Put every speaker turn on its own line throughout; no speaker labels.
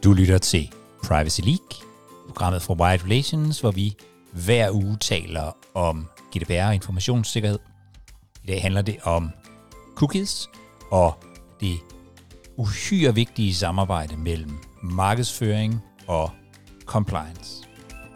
Du lytter til Privacy League, programmet fra Wired Relations, hvor vi hver uge taler om GDPR og informationssikkerhed. I dag handler det om cookies og det uhyre vigtige samarbejde mellem markedsføring og compliance.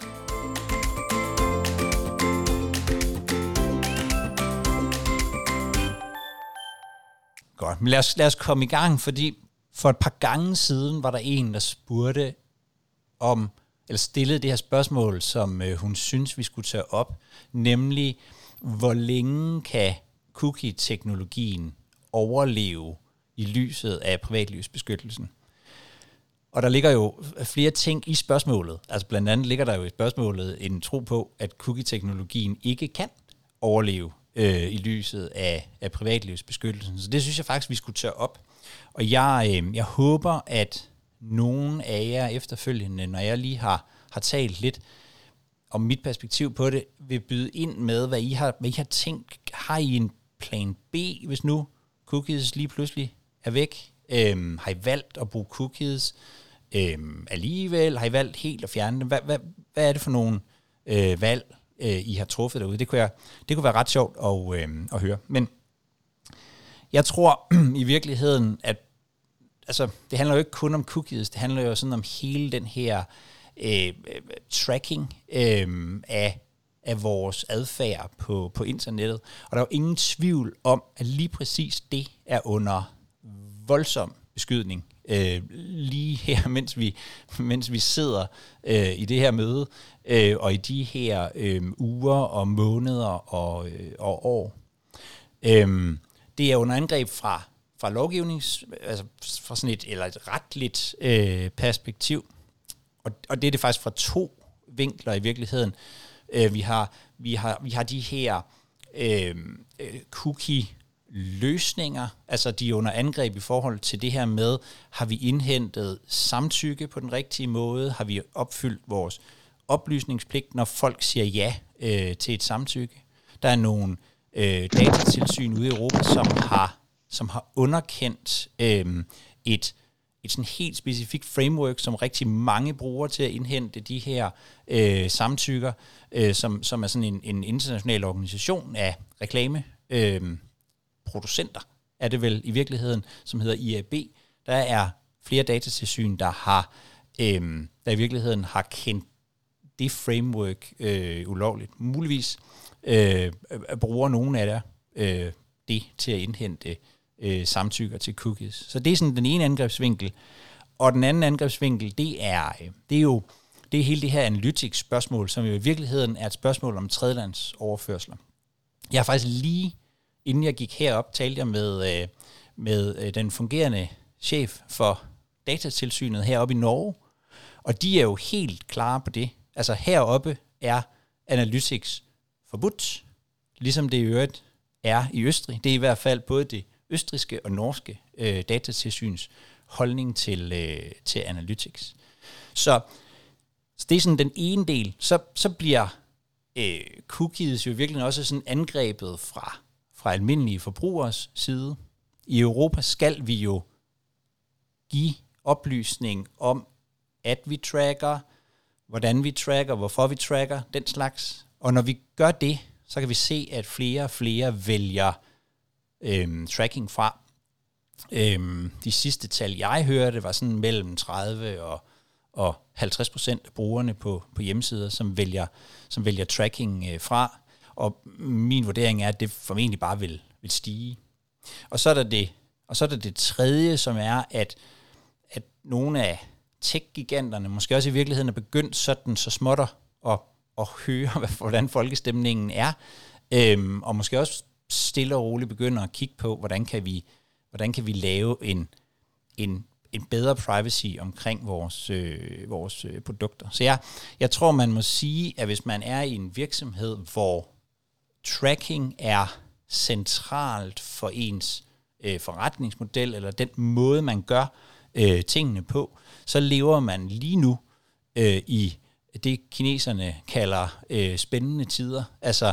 Godt, men lad os komme i gang, fordi for et par gange siden var der en, der spurgte om, eller stillede det her spørgsmål, som hun synes, vi skulle tage op, nemlig, hvor længe kan cookie-teknologien overleve i lyset af privatlivsbeskyttelsen? Og der ligger jo flere ting i spørgsmålet. Altså blandt andet ligger der jo i spørgsmålet en tro på, at cookie-teknologien ikke kan overleve i lyset af privatlivsbeskyttelsen. Så det synes jeg faktisk, vi skulle tage op. Og jeg håber, at nogen af jer efterfølgende, når jeg lige har talt lidt om mit perspektiv på det, vil byde ind med, hvad I har tænkt. Har I en plan B, hvis nu cookies lige pludselig er væk? Har I valgt at bruge cookies alligevel? Har I valgt helt at fjerne dem? Hvad er det for nogle valg, I har truffet derude? Det kunne være ret sjovt at høre. Men jeg tror i virkeligheden, at det handler jo ikke kun om cookies, det handler jo sådan om hele den her tracking af vores adfærd på internettet. Og der er jo ingen tvivl om, at lige præcis det er under voldsom beskydning. Lige her, mens vi sidder i det her møde, og i de her uger og måneder og år. Det er under angreb fra lovgivnings, altså fra sådan et retligt perspektiv, og det er det faktisk fra to vinkler i virkeligheden. Vi har de her cookie-løsninger, altså de er under angreb i forhold til det her med, har vi indhentet samtykke på den rigtige måde, har vi opfyldt vores oplysningspligt, når folk siger ja til et samtykke. Der er nogle datatilsyn ude i Europa, som har underkendt et sådan helt specifikt framework, som rigtig mange bruger til at indhente de her samtykker, som er sådan en international organisation af reklameproducenter, er det vel i virkeligheden, som hedder IAB. Der er flere datatilsyn, der i virkeligheden har kendt det framework ulovligt. Muligvis bruger nogle af jer det til at indhente samtykker til cookies. Så det er sådan den ene angrebsvinkel. Og den anden angrebsvinkel, det er hele det her analytics-spørgsmål, som jo i virkeligheden er et spørgsmål om tredjelandsoverførsler. Jeg har faktisk lige, inden jeg gik herop, talte jeg med den fungerende chef for datatilsynet heroppe i Norge, og de er jo helt klare på det. Altså heroppe er analytics forbudt, ligesom det i øvrigt er i Østrig. Det er i hvert fald både det østrigske og norske datatilsyns holdning til analytics. Så det er sådan den ene del. Så bliver cookies jo virkelig også sådan angrebet fra almindelige forbrugers side. I Europa skal vi jo give oplysning om, at vi tracker, hvordan vi tracker, hvorfor vi tracker, den slags. Og når vi gør det, så kan vi se, at flere og flere vælger tracking fra. De sidste tal, jeg hørte, var sådan mellem 30 og 50% af brugerne på hjemmesider, som vælger tracking fra. Og min vurdering er, at det formentlig bare vil stige. Og så er der det tredje, som er, at nogle af tech-giganterne måske også i virkeligheden er begyndt sådan så småt at høre, hvordan folkestemningen er, og måske også stille og roligt begynder at kigge på, hvordan kan vi lave en bedre privacy omkring vores produkter. Så jeg tror, man må sige, at hvis man er i en virksomhed, hvor tracking er centralt for ens forretningsmodel, eller den måde, man gør tingene på, så lever man lige nu i det, kineserne kalder spændende tider. Altså,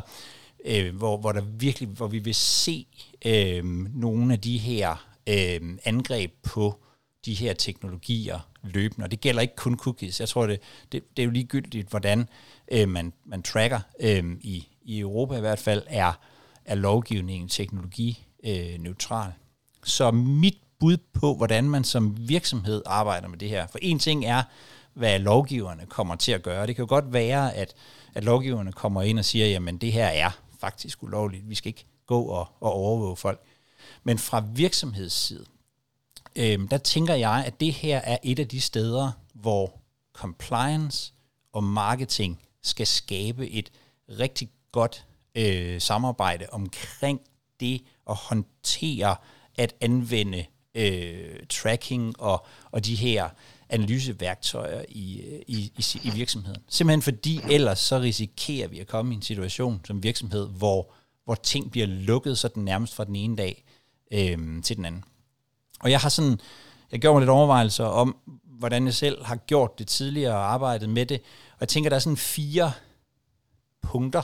hvor vi vil se nogle af de her angreb på de her teknologier løbende, og det gælder ikke kun cookies. Jeg tror, det er jo ligegyldigt, hvordan man tracker. I Europa i hvert fald er lovgivningen teknologineutral. Så mit bud på, hvordan man som virksomhed arbejder med det her. For en ting er, hvad lovgiverne kommer til at gøre. Det kan jo godt være, at lovgiverne kommer ind og siger, jamen det her er faktisk ulovligt. Vi skal ikke gå og overvåge folk. Men fra virksomhedsside, der tænker jeg, at det her er et af de steder, hvor compliance og marketing skal skabe et rigtig godt samarbejde omkring det at håndtere at anvende tracking og de her analyseværktøjer i virksomheden. Simpelthen fordi ellers så risikerer vi at komme i en situation som virksomhed, hvor ting bliver lukket sådan nærmest fra den ene dag til den anden. Og jeg gjorde mig lidt overvejelser om, hvordan jeg selv har gjort det tidligere og arbejdet med det. Og jeg tænker, der er sådan 4 punkter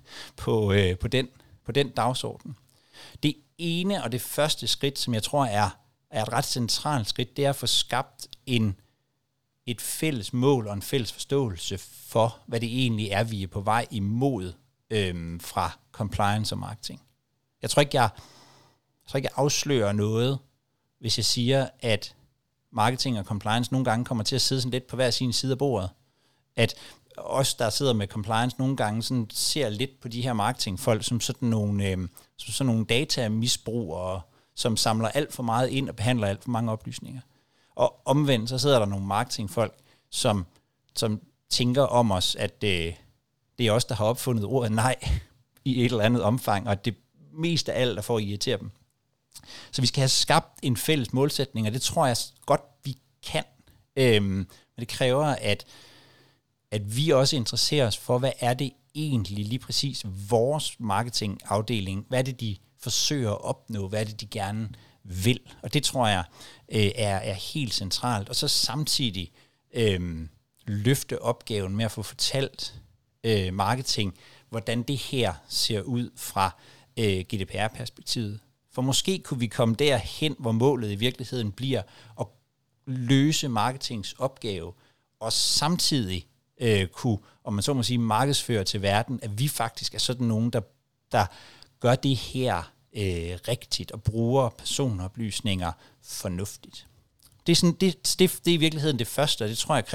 på den dagsorden. Det ene og det første skridt, som jeg tror er et ret centralt skridt, det er at få skabt et fælles mål og en fælles forståelse for, hvad det egentlig er, vi er på vej imod fra compliance og marketing. Jeg tror ikke, jeg afslører noget, hvis jeg siger, at marketing og compliance nogle gange kommer til at sidde sådan lidt på hver sin side af bordet. At os, der sidder med compliance, nogle gange sådan ser lidt på de her marketingfolk som sådan nogle datamisbrugere, som samler alt for meget ind og behandler alt for mange oplysninger. Og omvendt, så sidder der nogle marketingfolk, som tænker om os, at det er os, der har opfundet ordet nej i et eller andet omfang, og at det mest af alt er for at irritere dem. Så vi skal have skabt en fælles målsætning, og det tror jeg godt, vi kan. Men det kræver, at vi også interesserer os for, hvad er det egentlig lige præcis vores marketingafdeling, hvad er det, de forsøger at opnå, hvad er det, de gerne vil. Og det tror jeg er helt centralt. Og så samtidig løfte opgaven med at få fortalt marketing, hvordan det her ser ud fra GDPR-perspektivet. For måske kunne vi komme derhen, hvor målet i virkeligheden bliver at løse marketings opgave, og samtidig kunne, om man så må sige, markedsføre til verden, at vi faktisk er sådan nogen, der gør det her rigtigt og bruger personoplysninger fornuftigt. Det er i virkeligheden det første, og det tror jeg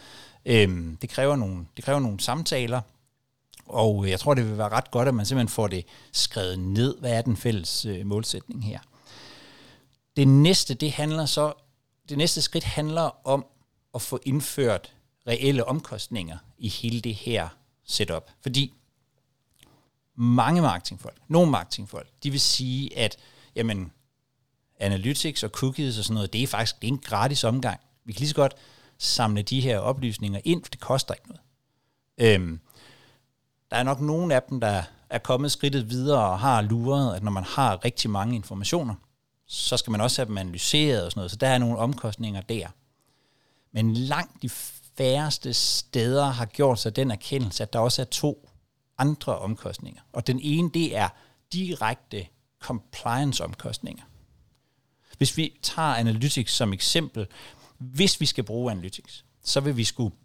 kræver nogle samtaler, og jeg tror, det vil være ret godt, at man simpelthen får det skrevet ned. Hvad er den fælles målsætning her? Det næste skridt handler om at få indført reelle omkostninger i hele det her setup. Fordi nogle marketingfolk, de vil sige, at jamen, analytics og cookies og sådan noget, det er en gratis omgang. Vi kan lige så godt samle de her oplysninger ind, for det koster ikke noget. Der er nok nogle af dem, der er kommet skridtet videre og har luret, at når man har rigtig mange informationer, så skal man også have dem analyseret og sådan noget, så der er nogle omkostninger der. Men langt de færreste steder har gjort sig den erkendelse, at der også er 2 andre omkostninger. Og den ene, det er direkte compliance-omkostninger. Hvis vi tager Analytics som eksempel, hvis vi skal bruge Analytics, så vil vi skulle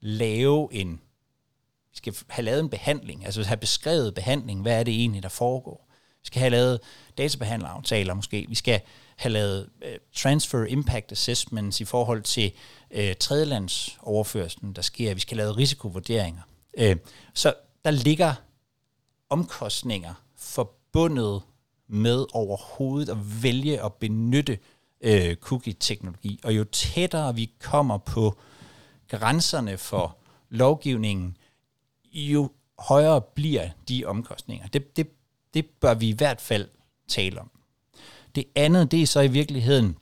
have lavet en behandling, altså have beskrevet behandling, hvad er det egentlig, der foregår. Vi skal have lavet databehandleraftaler måske, vi skal have lavet transfer impact assessments i forhold til tredjelandsoverførslen, der sker. Vi skal have lavet risikovurderinger. Så der ligger omkostninger forbundet med overhovedet at vælge at benytte cookie-teknologi. Og jo tættere vi kommer på grænserne for lovgivningen, jo højere bliver de omkostninger. Det bør vi i hvert fald tale om. Det andet, det er så i virkeligheden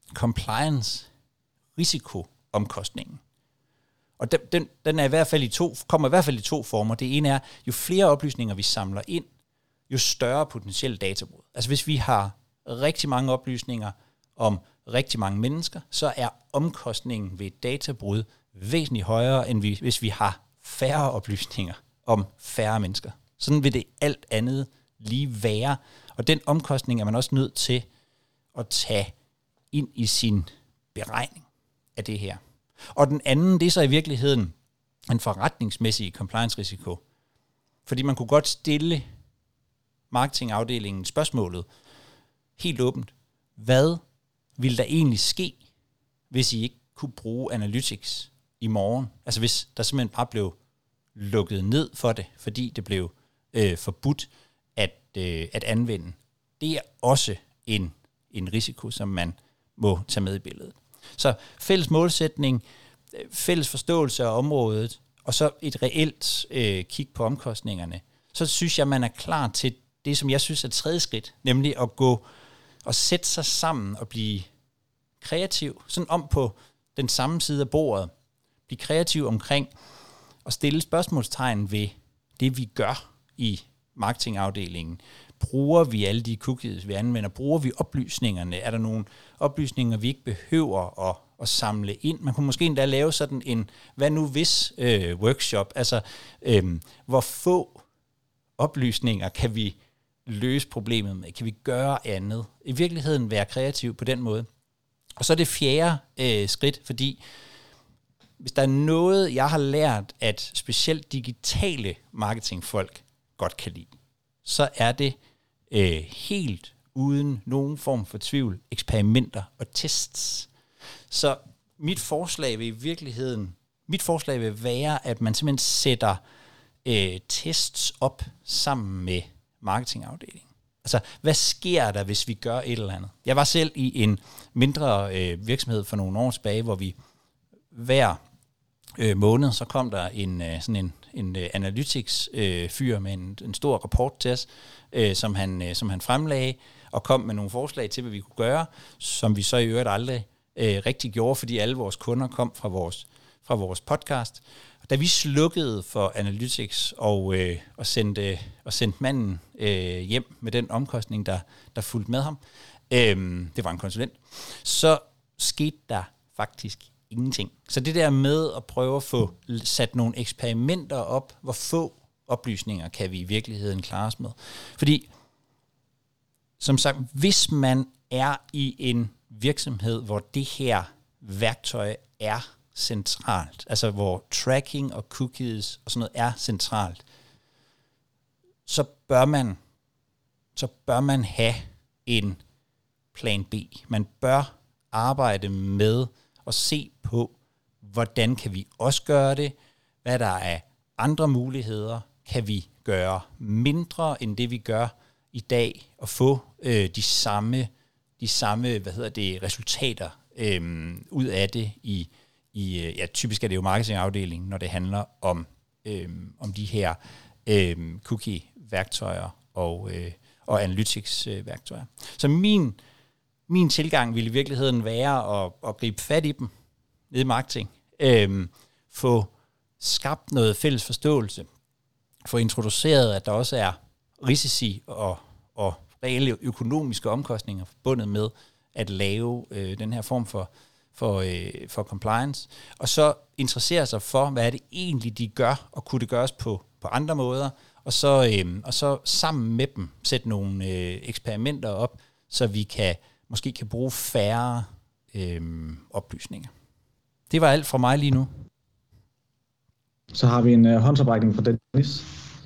compliance-risikoomkostningen. Og den er kommer i hvert fald i 2 former. Det ene er, jo flere oplysninger vi samler ind, jo større potentiel databrud. Altså hvis vi har rigtig mange oplysninger om rigtig mange mennesker, så er omkostningen ved et databrud væsentligt højere, end hvis vi har færre oplysninger om færre mennesker. Sådan vil det alt andet lige være. Og den omkostning er man også nødt til at tage ind i sin beregning af det her. Og den anden, det er så i virkeligheden en forretningsmæssig compliance-risiko. Fordi man kunne godt stille marketingafdelingen spørgsmålet helt åbent. Hvad ville der egentlig ske, hvis I ikke kunne bruge Analytics i morgen? Altså hvis der simpelthen bare blev lukket ned for det, fordi det blev forbudt at anvende. Det er også en risiko, som man må tage med i billedet. Så fælles målsætning, fælles forståelse af området, og så et reelt kig på omkostningerne. Så synes jeg, man er klar til det, som jeg synes er tredje skridt, nemlig at gå og sætte sig sammen og blive kreativ, sådan om på den samme side af bordet. Blive kreativ omkring at stille spørgsmålstegn ved det, vi gør i marketingafdelingen. Bruger vi alle de cookies, vi anvender? Bruger vi oplysningerne? Er der nogle oplysninger, vi ikke behøver at samle ind? Man kunne måske endda lave sådan en hvad nu hvis workshop. Altså, hvor få oplysninger kan vi løse problemet med? Kan vi gøre andet? I virkeligheden være kreativ på den måde. Og så det fjerde skridt, fordi hvis der er noget, jeg har lært, at specielt digitale marketingfolk godt kan lide, så er det helt uden nogen form for tvivl eksperimenter og tests. Så mit forslag vil være, at man simpelthen sætter tests op sammen med marketingafdelingen. Altså, hvad sker der, hvis vi gør et eller andet? Jeg var selv i en mindre virksomhed for nogle år tilbage, hvor vi hver måned, så kom der en analytics-fyr med en stor rapport til os, som han fremlagde, og kom med nogle forslag til, hvad vi kunne gøre, som vi så i øvrigt aldrig rigtig gjorde, fordi alle vores kunder kom fra vores podcast. Da vi slukkede for Analytics og sendte manden hjem med den omkostning, der fulgte med ham, det var en konsulent, så skete der faktisk ingenting. Så det der med at prøve at få sat nogle eksperimenter op, hvor få oplysninger kan vi i virkeligheden klare os med. Fordi, som sagt, hvis man er i en virksomhed, hvor det her værktøj er centralt, altså hvor tracking og cookies og sådan noget er centralt, så bør man have en plan B. Man bør arbejde med at se på, hvordan kan vi også gøre det, hvad der er andre muligheder, kan vi gøre mindre end det, vi gør i dag, og få de samme resultater ud af det typisk er det jo marketingafdelingen, når det handler om de her cookie-værktøjer og analytics-værktøjer. Så min tilgang ville i virkeligheden være at gribe fat i dem nede i marketing, få skabt noget fælles forståelse, få introduceret, at der også er risici og reelle økonomiske omkostninger forbundet med at lave den her form for compliance, og så interessere sig for, hvad er det egentlig, de gør, og kunne det gøres på andre måder, og så sammen med dem sætte nogle eksperimenter op, så vi måske kan bruge færre oplysninger. Det var alt fra mig lige nu.
Så har vi en håndsoprækning fra Dennis.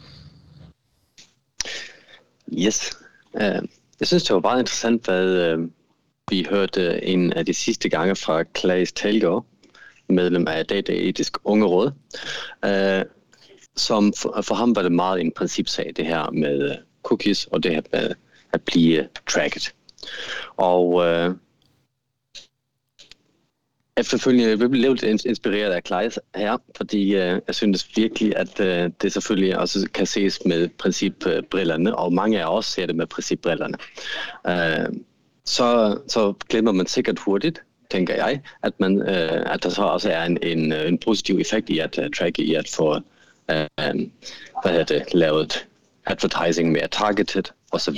Yes. Jeg synes, det var meget interessant, hvad vi hørte en af de sidste gange fra Claes Telgaard, medlem af Dataetisk Unge Råd, som for ham var det meget en principsag, det her med cookies og det her med at blive tracket. Og efterfølgende blev jeg lidt inspireret af Claes her, fordi jeg synes virkelig, at det selvfølgelig også kan ses med principbrillerne, og mange af os ser det med principbrillerne. Så glemmer man sikkert hurtigt, tænker jeg, at der så også er en positiv effekt i at tracke, i at få lavet advertising mere targeted osv.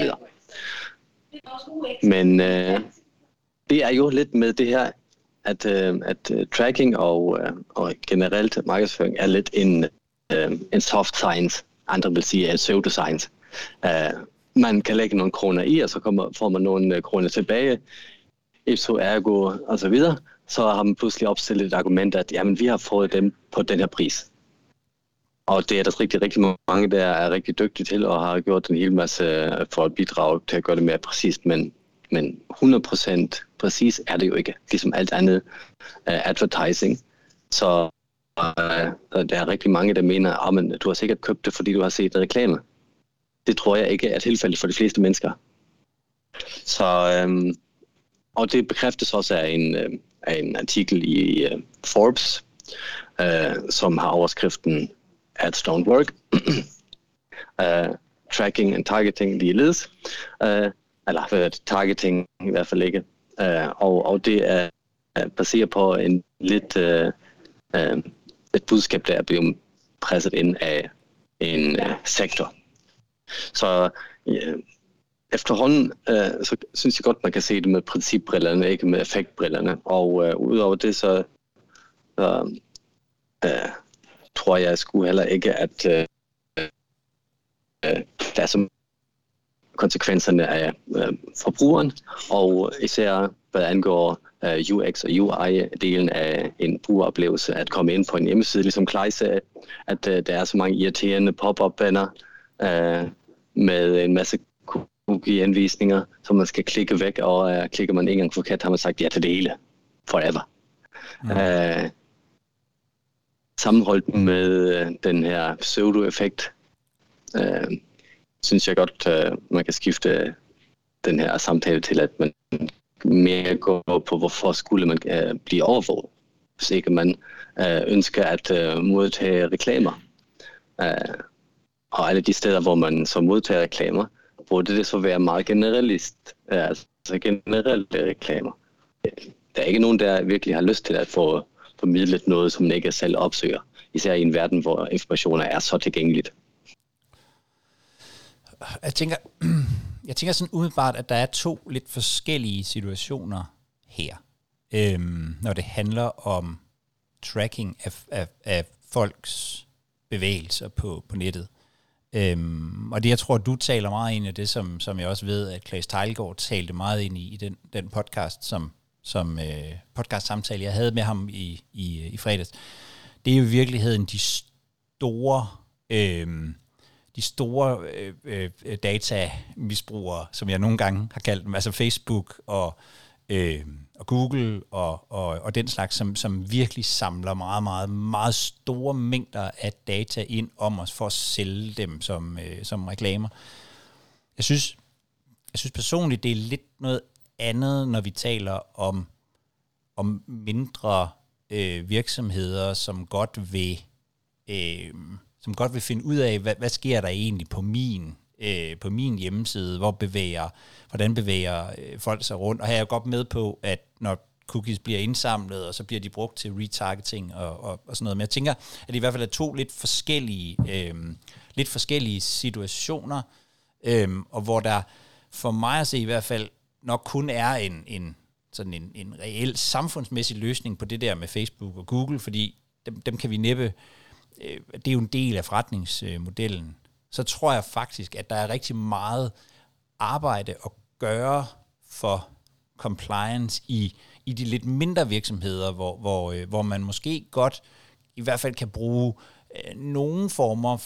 Men det er jo lidt med det her, at tracking og generelt markedsføring er lidt en soft science, andre vil sige en pseudoscience. Man kan lægge nogle kroner i, og så får man nogle kroner tilbage, ipso ergo og så videre, så har man pludselig opstillet et argument, at jamen, vi har fået dem på den her pris. Og det er der rigtig mange, der er rigtig dygtige til, og har gjort en hel masse for at bidrage til at gøre det mere præcist, men 100% præcis er det jo ikke, ligesom alt andet advertising. Så der er rigtig mange, der mener, at du har sikkert købt det, fordi du har set en reklame. Det tror jeg ikke er tilfældet for de fleste mennesker. Så, og det bekræftes også af en artikel i Forbes, som har overskriften Ads don't work. Tracking and targeting ligeledes. Eller targeting i hvert fald ikke. Og det er baseret på en lidt et budskab, der er blevet presset ind af en sektor. Så efterhånden, så synes jeg godt, man kan se det med principbrillerne, ikke med effektbrillerne. Og udover det, så tror jeg sgu heller ikke, at der er så konsekvenserne af forbrugeren, og især hvad angår UX og UI-delen af en brugeroplevelse, at komme ind på en hjemmeside, ligesom Klej sagde, at der er så mange irriterende pop-up-banner med en masse cookie-anvisninger, som man skal klikke væk, og klikker man en gang forkert, har man sagt ja til det hele. Forever. Mm. Sammenholdt med den her pseudo-effekt, synes jeg godt, man kan skifte den her samtale til, at man mere går på, hvorfor skulle man blive overvåget, hvis ikke man ønsker at modtage reklamer. Og alle de steder, hvor man så modtager reklamer, burde det så være meget generalist, altså generelle reklamer. Der er ikke nogen, der virkelig har lyst til at få formidlet noget, som man ikke selv opsøger, især i en verden, hvor informationer er så tilgængeligt.
Jeg tænker sådan umiddelbart, at der er to lidt forskellige situationer her, når det handler om tracking af folks bevægelser på nettet. Og det, jeg tror, du taler meget ind i det, som jeg også ved, at Claes Teilgaard talte meget ind i den podcast, som podcast-samtale, jeg havde med ham i fredags. Det er jo i virkeligheden de store datamisbrugere, som jeg nogle gange har kaldt dem, altså Facebook og Google og den slags, som virkelig samler meget, meget, meget store mængder af data ind om os for at sælge dem som reklamer. Jeg synes personligt, det er lidt noget andet, når vi taler om mindre virksomheder, som godt vil finde ud af, hvad sker der egentlig på min hjemmeside, hvordan bevæger folk sig rundt. Og her er jeg godt med på, at når cookies bliver indsamlet, og så bliver de brugt til retargeting og sådan noget. Men jeg tænker, at det i hvert fald er to lidt forskellige situationer, og hvor der for mig at se i hvert fald nok kun er en reel samfundsmæssig løsning på det der med Facebook og Google, fordi dem kan vi næppe. Det er jo en del af forretningsmodellen. Så tror jeg faktisk, at der er rigtig meget arbejde at gøre for compliance i de lidt mindre virksomheder, hvor man måske godt i hvert fald kan bruge nogle former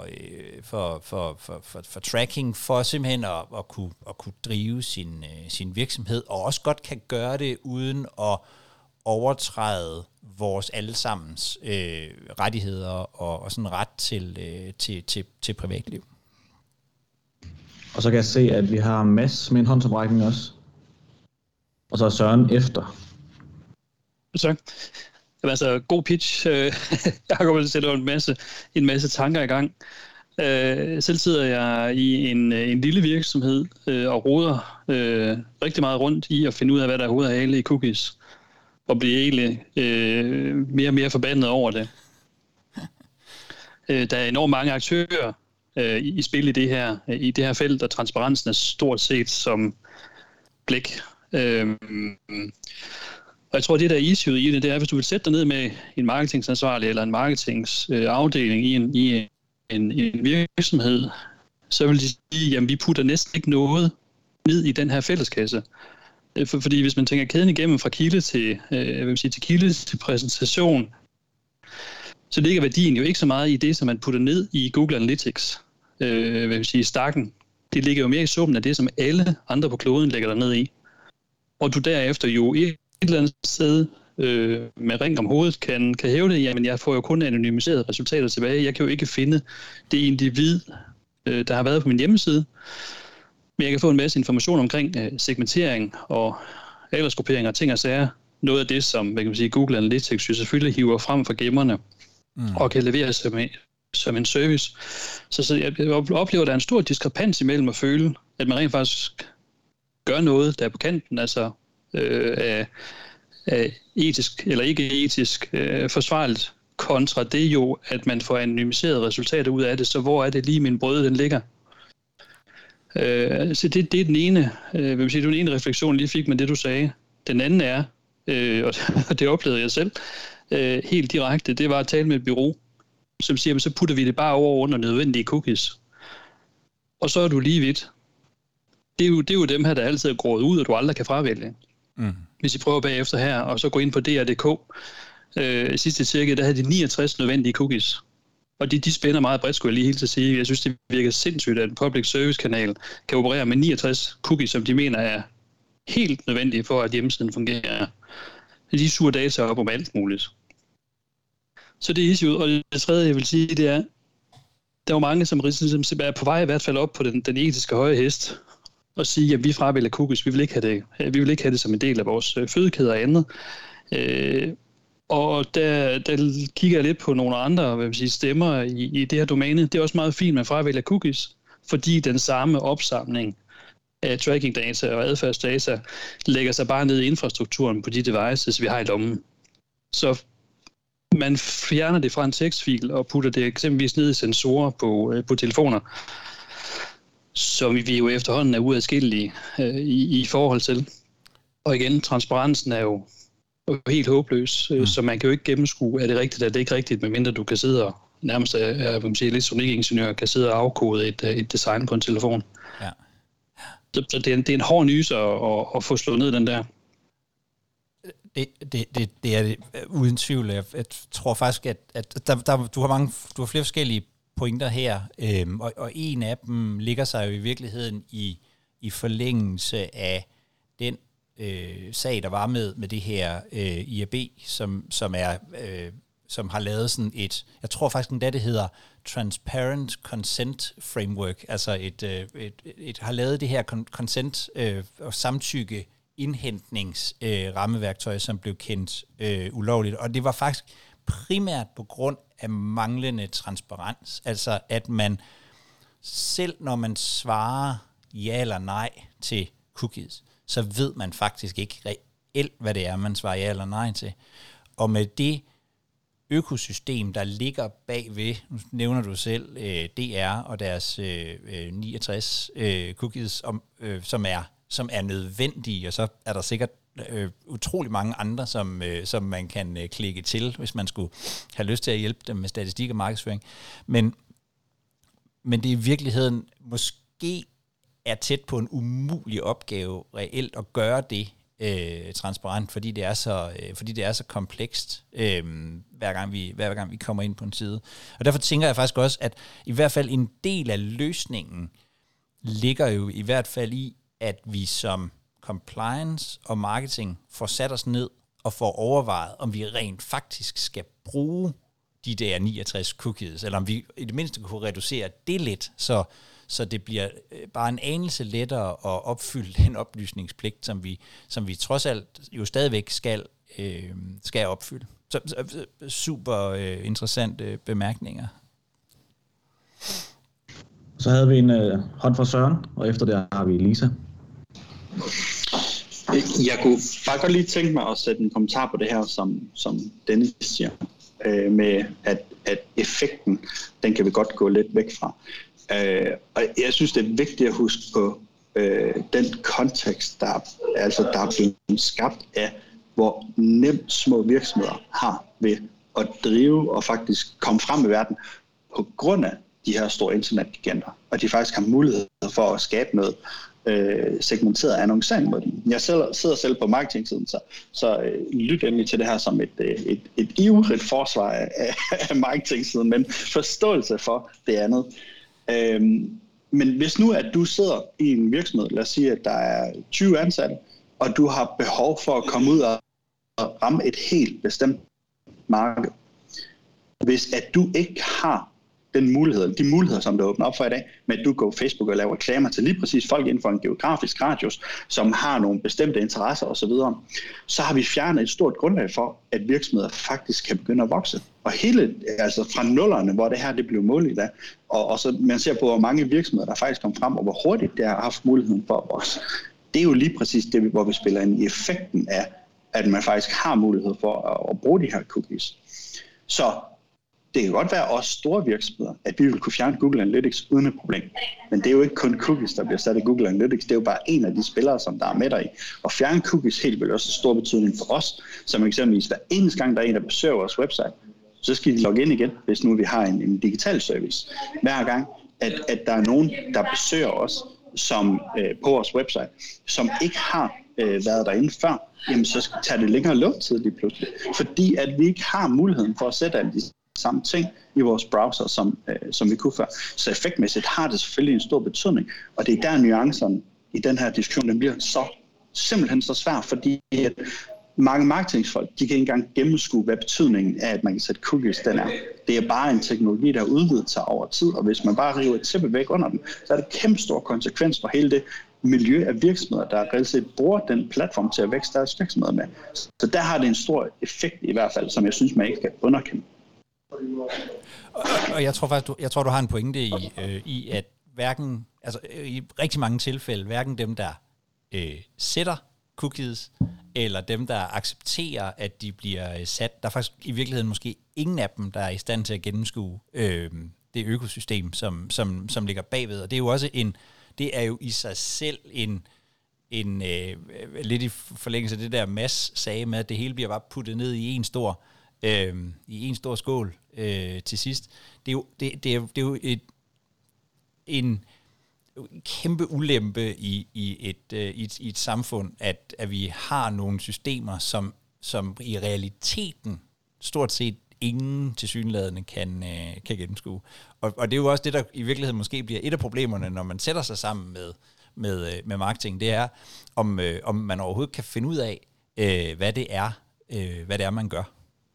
for tracking, for simpelthen at kunne drive sin virksomhed, og også godt kan gøre det uden at overtræde vores allesammens rettigheder og sådan ret til privatliv.
Og så kan jeg se, at vi har Mads med en håndsoprækning også. Og så er Søren efter.
Så. Jamen, altså, god pitch. Jeg har kommet til at sætte en masse tanker i gang. Selv sidder jeg i en lille virksomhed og roder rigtig meget rundt i at finde ud af, hvad der er hoved og hale i cookies. Og blive egentlig mere og mere forbandet over det. Der er enormt mange aktører i spil i det her felt, og transparensen er stort set som blæk. Og jeg tror, det der er issue i det er, hvis du vil sætte dig ned med en marketingansvarlig eller en marketingsafdeling i en virksomhed, så vil de sige, jamen vi putter næsten ikke noget ned i den her fælleskasse. Fordi hvis man tænker kæden igennem fra kilde til, til kilde til præsentation, så ligger værdien jo ikke så meget i det, som man putter ned i Google Analytics. Stakken. Det ligger jo mere i summen af det, som alle andre på kloden lægger der ned i. Og du derefter jo et eller andet sted med ring om hovedet kan hæve det, jamen jeg får jo kun anonymiserede resultater tilbage. Jeg kan jo ikke finde det individ, der har været på min hjemmeside. Men jeg kan få en masse information omkring segmentering og aldersgruppering og ting og sager. Noget af det, som Google Analytics jo selvfølgelig hiver frem fra gemmerne og kan levere som en service. Så jeg oplever, at der er en stor diskrepans imellem at føle, at man rent faktisk gør noget, der er på kanten, altså af etisk eller ikke etisk forsvarligt, kontra det jo, at man får anonymiserede resultater ud af det. Så hvor er det lige min brød, den ligger? Så det er den ene, den ene refleksion, lige fik med det, du sagde. Den anden er, og det oplevede jeg selv, helt direkte, det var at tale med et bureau, som siger, så putter vi det bare over under nødvendige cookies. Og så er du lige vidt. Det er jo dem her, der altid er gået ud, og du aldrig kan fravælge. Hvis I prøver bagefter her, og så gå ind på DR.dk, sidste tjekke, der havde de 69 nødvendige cookies. Og de spænder meget bredt, skulle jeg lige helt til at sige. Jeg synes, det virker sindssygt, at en public service kanal kan operere med 69 cookies, som de mener er helt nødvendige for, at hjemmesiden fungerer. De suger data op om alt muligt. Så det er issue. Og det tredje, jeg vil sige, det er, der er jo mange, som er på vej i hvert fald op på den etiske høje hest, og sige, at vi fravælger cookies, vi vil ikke have det som en del af vores fødekæde og andet. Og der kigger jeg lidt på nogle andre stemmer i det her domæne. Det er også meget fint, at man fravælger cookies, fordi den samme opsamling af tracking-data og adfærdsdata lægger sig bare ned i infrastrukturen på de devices, vi har i lommen. Så man fjerner det fra en tekstfil og putter det eksempelvis ned i sensorer på telefoner, som vi jo efterhånden er uadskillelige i forhold til. Og igen, transparensen er jo helt håbløs, så man kan jo ikke gennemskue, er det rigtigt, er det ikke rigtigt, medmindre du kan sidde og nærmest elektronikingeniør kan sidde og afkode et design på en telefon. Ja. Så det er en hård nyse at få slået ned den der.
Det er det uden tvivl. Jeg tror faktisk, at du har flere forskellige pointer her, og en af dem ligger sig jo i virkeligheden i forlængelse af den sag, der var med det her IAB, som har lavet sådan et, jeg tror faktisk endda det hedder Transparent Consent Framework, altså et har lavet det her consent og samtykke indhentningsrammeværktøj, som blev kendt ulovligt, og det var faktisk primært på grund af manglende transparens, altså at man selv når man svarer ja eller nej til cookies, så ved man faktisk ikke reelt, hvad det er, man svarer ja eller nej til. Og med det økosystem, der ligger bagved, nu nævner du selv DR og deres 69 cookies, som er nødvendige, og så er der sikkert utrolig mange andre, som man kan klikke til, hvis man skulle have lyst til at hjælpe dem med statistik og markedsføring. Men det er i virkeligheden måske er tæt på en umulig opgave reelt at gøre det transparent, fordi det er så komplekst, hver gang vi kommer ind på en side. Og derfor tænker jeg faktisk også, at i hvert fald en del af løsningen ligger jo i hvert fald i, at vi som compliance og marketing får sat os ned og får overvejet, om vi rent faktisk skal bruge de der 69 cookies, eller om vi i det mindste kunne reducere det lidt, så det bliver bare en anelse lettere at opfylde den oplysningspligt, som vi trods alt jo stadigvæk skal opfylde. Så super interessante bemærkninger.
Så havde vi en hånd fra Søren, og efter det har vi Lisa.
Jeg kunne bare godt lige tænke mig at sætte en kommentar på det her, som Dennis siger, med at effekten, den kan vi godt gå lidt væk fra. Og jeg synes, det er vigtigt at huske på den kontekst, der er blevet skabt af, hvor nemt små virksomheder har ved at drive og faktisk komme frem i verden på grund af de her store internetgiganter, og de faktisk har mulighed for at skabe noget segmenteret annoncering mod dem. Jeg sidder selv på marketing-siden, så lyt endelig til det her som et ivrigt forsvar af marketing-siden, men forståelse for det andet. Men hvis nu, at du sidder i en virksomhed, lad os sige, at der er 20 ansatte, og du har behov for at komme ud og ramme et helt bestemt marked. Hvis at du ikke har de muligheder, som der åbner op for i dag, med at du går på Facebook og laver reklamer til lige præcis folk inden for en geografisk radius, som har nogle bestemte interesser osv., så har vi fjernet et stort grundlag for, at virksomheder faktisk kan begynde at vokse. Og altså fra nullerne, hvor det her det blev muligt af, og så man ser på, hvor mange virksomheder, der faktisk kom frem, og hvor hurtigt det har haft muligheden for at vokse. Det er jo lige præcis det, hvor vi spiller ind i effekten af, at man faktisk har mulighed for at bruge de her cookies. Så det kan godt være også store virksomheder, at vi vil kunne fjerne Google Analytics uden et problem. Men det er jo ikke kun cookies, der bliver sat i Google Analytics. Det er jo bare en af de spillere, som der er med der i. Og fjerne cookies helt vil også have stor betydning for os, som eksempelvis hver eneste gang, der er en, der besøger vores website, så skal de logge ind igen, hvis nu vi har en digital service. Hver gang, at der er nogen, der besøger os som, på vores website, som ikke har været derinde før, jamen så tager det længere lukketid lige pludselig. Fordi at vi ikke har muligheden for at sætte alle de samme ting i vores browser, som vi kunne før. Så effektmæssigt har det selvfølgelig en stor betydning, og det er der nuancerne i den her diskussion, den bliver simpelthen så svær, fordi at mange marketingsfolk, de kan ikke engang gennemskue, hvad betydningen af, at man kan sætte cookies, den er. Det er bare en teknologi, der har udvidet sig over tid, og hvis man bare river et tæppe væk under den, så er det kæmpe stor konsekvens for hele det miljø af virksomheder, der reelt set bruger den platform til at vækste deres virksomheder med. Så der har det en stor effekt i hvert fald, som jeg synes, man ikke kan underkende.
Og jeg tror faktisk, du har en pointe i at hverken, altså i rigtig mange tilfælde, hverken dem, der sætter cookies, eller dem, der accepterer, at de bliver sat, der er faktisk i virkeligheden måske ingen af dem, der er i stand til at gennemskue det økosystem, som ligger bagved. Og det er jo også det er jo i sig selv en lidt i forlængelse af det der Mads sagde med, at det hele bliver bare puttet ned i en stor skål til sidst. Det er jo en kæmpe ulempe i et samfund, at vi har nogle systemer, som i realiteten stort set ingen tilsyneladende kan gennemskue. Og det er jo også det, der i virkeligheden måske bliver et af problemerne, når man sætter sig sammen med marketing, det er, om man overhovedet kan finde ud af, hvad det er, man gør.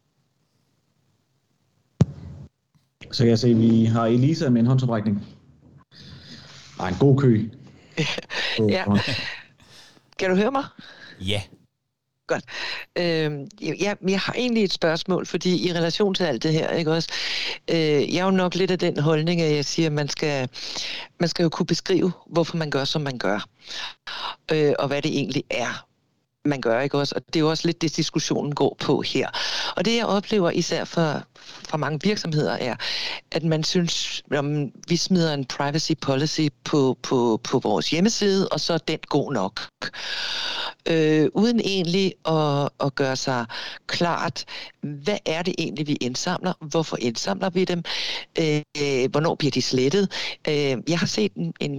Så kan jeg se, at vi har Elisa med en håndsoprækning. En god kø.
Ja. Kan du høre mig?
Ja.
Godt. Jeg har egentlig et spørgsmål, fordi i relation til alt det her, ikke også? Jeg er jo nok lidt af den holdning, at jeg siger, at man skal jo kunne beskrive, hvorfor man gør, som man gør. Og hvad det egentlig er, man gør, ikke også? Og det er jo også lidt det, diskussionen går på her. Og det, jeg oplever især fra mange virksomheder, er, at man synes, at vi smider en privacy policy på vores hjemmeside, og så er den god nok. Uden egentlig at gøre sig klart, hvad er det egentlig, vi indsamler? Hvorfor indsamler vi dem? Hvornår bliver de slettet? Jeg har set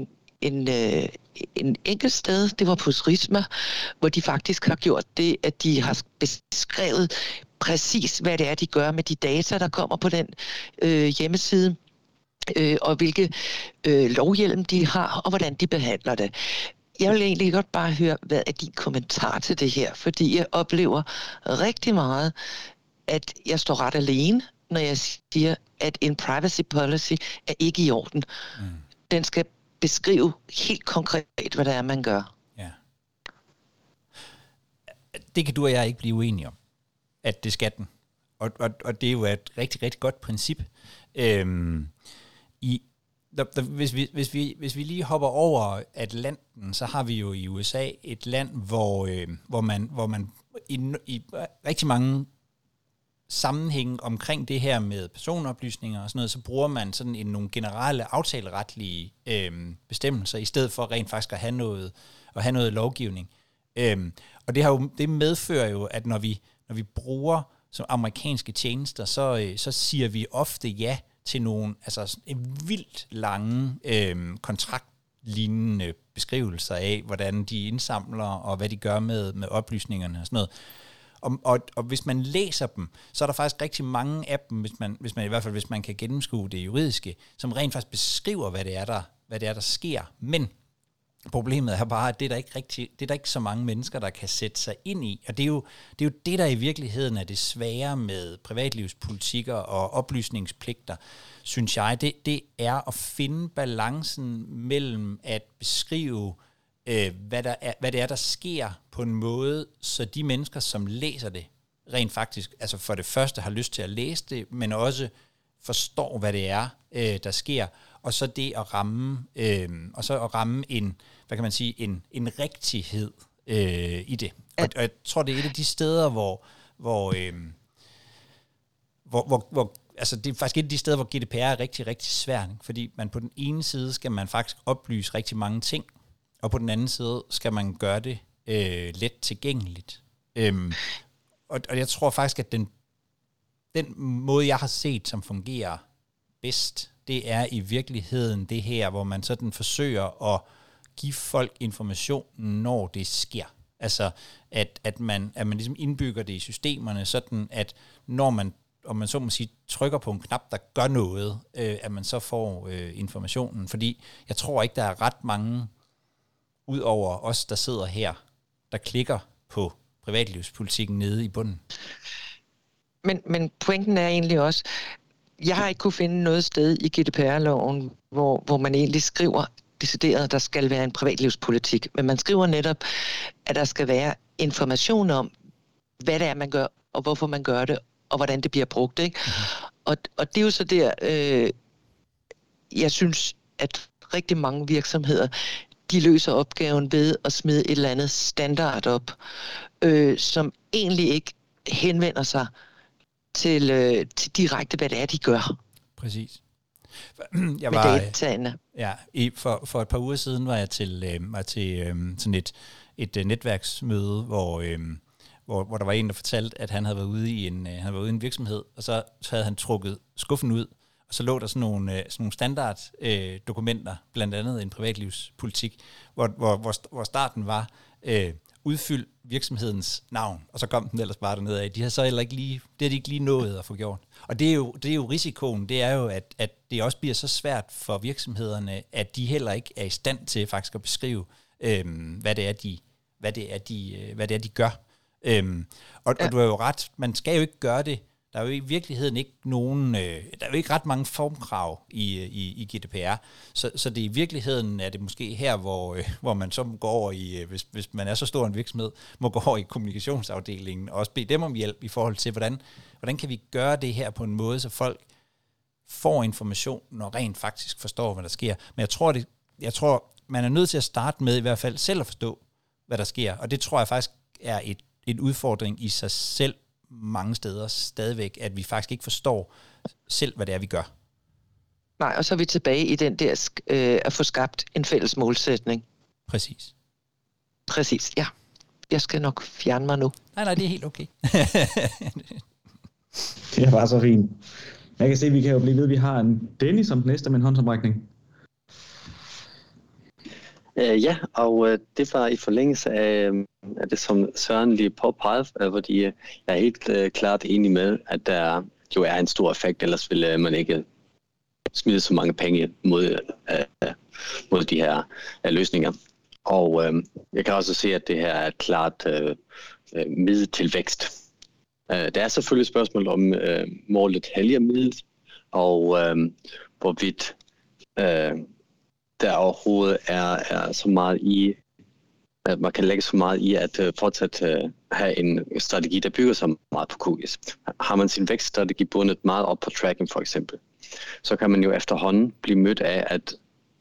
en enkelt sted, det var på Srisma, hvor de faktisk har gjort det, at de har beskrevet præcis, hvad det er, de gør med de data, der kommer på den hjemmeside, og hvilke lovhjelm de har, og hvordan de behandler det. Jeg vil egentlig godt bare høre, hvad er din kommentar til det her, fordi jeg oplever rigtig meget, at jeg står ret alene, når jeg siger, at en privacy policy er ikke i orden. Den skal beskrive helt konkret, hvad det er, man gør.
Ja. Det kan du og jeg ikke blive uenige om, at det skal den. Og det er jo et rigtig, rigtig godt princip. Hvis vi lige hopper over Atlanten, så har vi jo i USA et land, hvor man i rigtig mange sammenhænge omkring det her med personoplysninger og sådan noget, så bruger man sådan nogle generelle aftaleretlige bestemmelser, i stedet for rent faktisk at have noget lovgivning. Og det medfører jo, at når vi bruger som amerikanske tjenester, så siger vi ofte ja til nogle vildt lange lignende beskrivelser af, hvordan de indsamler, og hvad de gør med oplysningerne og sådan noget. Og hvis man læser dem, så er der faktisk rigtig mange af dem, hvis man kan gennemskue det juridiske, som rent faktisk beskriver, hvad det er, der sker. Men problemet er bare, at det er der ikke så mange mennesker, der kan sætte sig ind i. Og det er jo det, der i virkeligheden er det svære med privatlivspolitikker og oplysningspligter, synes jeg. Det er at finde balancen mellem at beskrive, hvad det er, der sker på en måde, så de mennesker, som læser det, rent faktisk, altså for det første har lyst til at læse det, men også forstår, hvad det er, der sker, og så det at ramme, en, hvad kan man sige, en rigtighed i det. Og jeg tror, det er et af de steder, hvor altså det er faktisk et af de steder, hvor GDPR er rigtig, rigtig svært, fordi man på den ene side skal man faktisk oplyse rigtig mange ting, og på den anden side skal man gøre det let tilgængeligt. Og jeg tror faktisk, at den måde, jeg har set, som fungerer bedst, det er i virkeligheden det her, hvor man sådan forsøger at give folk information, når det sker. Altså, at man ligesom indbygger det i systemerne, sådan at når man, om man så må sige, trykker på en knap, der gør noget, at man så får informationen. Fordi jeg tror ikke, der er ret mange ud over os, der sidder her, der klikker på privatlivspolitikken nede i bunden. Men
pointen er egentlig også, jeg har ikke kunne finde noget sted i GDPR-loven, hvor man egentlig skriver decideret, at der skal være en privatlivspolitik. Men man skriver netop, at der skal være information om, hvad det er, man gør, og hvorfor man gør det, og hvordan det bliver brugt. Ikke? Mm-hmm. Og det er jo så der, jeg synes, at rigtig mange virksomheder, de løser opgaven ved at smide et eller andet standard op, som egentlig ikke henvender sig til direkte, hvad det er, de gør.
Præcis.
Jeg var, med dataene.
Ja, for et par uger siden var jeg til sådan et netværksmøde, hvor der var en, der fortalte, at han havde været ude i en virksomhed, og så havde han trukket skuffen ud, og så lå der sådan nogle standarddokumenter, blandt andet en privatlivspolitik, hvor starten var udfyld virksomhedens navn, og så kom den ellers bare derned af. De har så heller ikke lige, det har de ikke lige nået at få gjort. Og det er jo risikoen, det er jo, at det også bliver så svært for virksomhederne, at de heller ikke er i stand til faktisk at beskrive, hvad det er, de gør. Og du har jo ret, man skal jo ikke gøre det. Der er jo i virkeligheden ikke der er jo ikke ret mange formkrav i GDPR, så det i virkeligheden er det måske her, hvor man så går over i, hvis man er så stor en virksomhed, må gå over i kommunikationsafdelingen og også bede dem om hjælp i forhold til, hvordan kan vi gøre det her på en måde, så folk får information og rent faktisk forstår, hvad der sker. Men jeg tror, man er nødt til at starte med i hvert fald selv at forstå, hvad der sker, og det tror jeg faktisk er et udfordring i sig selv, mange steder stadigvæk, at vi faktisk ikke forstår selv, hvad det er, vi gør.
Nej, og så er vi tilbage i den der at få skabt en fælles målsætning.
Præcis,
ja. Jeg skal nok fjerne mig nu.
Nej, det er helt okay.
Det er bare så fint. Jeg kan se, at vi kan jo blive ved, vi har en Dennis som den næste med en håndsoprækning.
Ja, og det var i forlængelse af det, som Søren lige påpegede, fordi jeg er helt klart enig med, at der jo er en stor effekt, ellers ville man ikke smide så mange penge mod de her løsninger. Og jeg kan også se, at det her er et klart middel til vækst. Der er selvfølgelig et spørgsmål om målet helliger middel, og hvorvidt der overhovedet er så meget i, at man kan lægge så meget i at fortsat have en strategi, der bygger sig meget på cookies. Har man sin vækststrategi bundet meget op på tracking for eksempel, så kan man jo efterhånden blive mødt af, at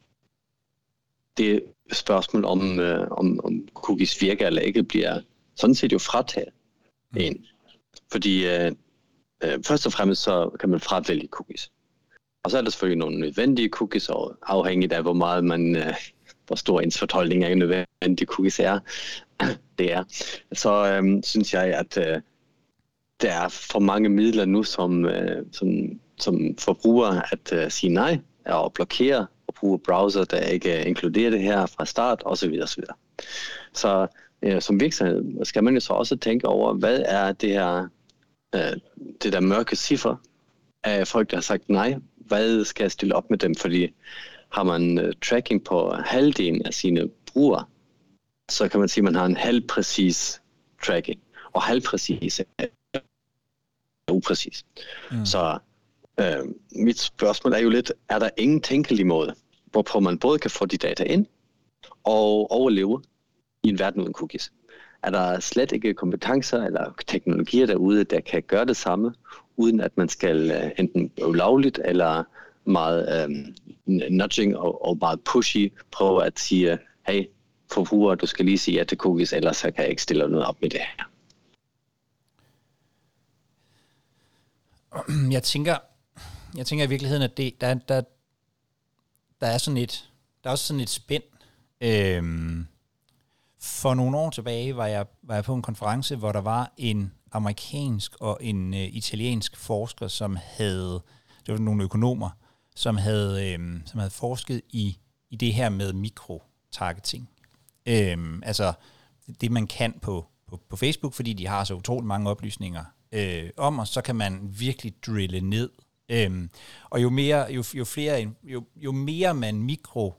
det spørgsmål om cookies virker eller ikke bliver sådan set jo frataget en. Fordi først og fremmest så kan man fravælge cookies. Og så er der selvfølgelig nogle nødvendige cookies, og afhængigt af, hvor stor ens fortolkning af nødvendige cookies det er. Så synes jeg, at der er for mange midler nu som forbruger at sige nej og blokere og bruge browser, der ikke inkluderer det her fra start, osv. osv. Så som virksomhed skal man jo så også tænke over, hvad er det her, det der mørke ciffer af folk, der har sagt nej, hvad skal jeg stille op med dem, fordi har man tracking på halvdelen af sine brugere, så kan man sige, at man har en halvpræcis tracking, og halvpræcis er upræcis. Så mit spørgsmål er jo lidt, er der ingen tænkelig måde, hvorpå man både kan få de data ind og overleve i en verden uden cookies? Er der slet ikke kompetencer eller teknologier derude, der kan gøre det samme, uden at man skal enten ulovligt eller meget nudging og meget pushy prøve at sige, hey, forbruger, du skal lige sige ja til cookies, ellers så kan jeg ikke stille noget op med det her.
Jeg tænker i virkeligheden, at der er sådan et, der er også sådan et spænd. For nogle år tilbage var jeg på en konference, hvor der var en amerikansk og en italiensk forsker, som havde, det var nogle økonomer, som havde forsket i det her med mikrotargeting. Altså det man kan på Facebook, fordi de har så utroligt mange oplysninger om os, så kan man virkelig drille ned. Og jo mere man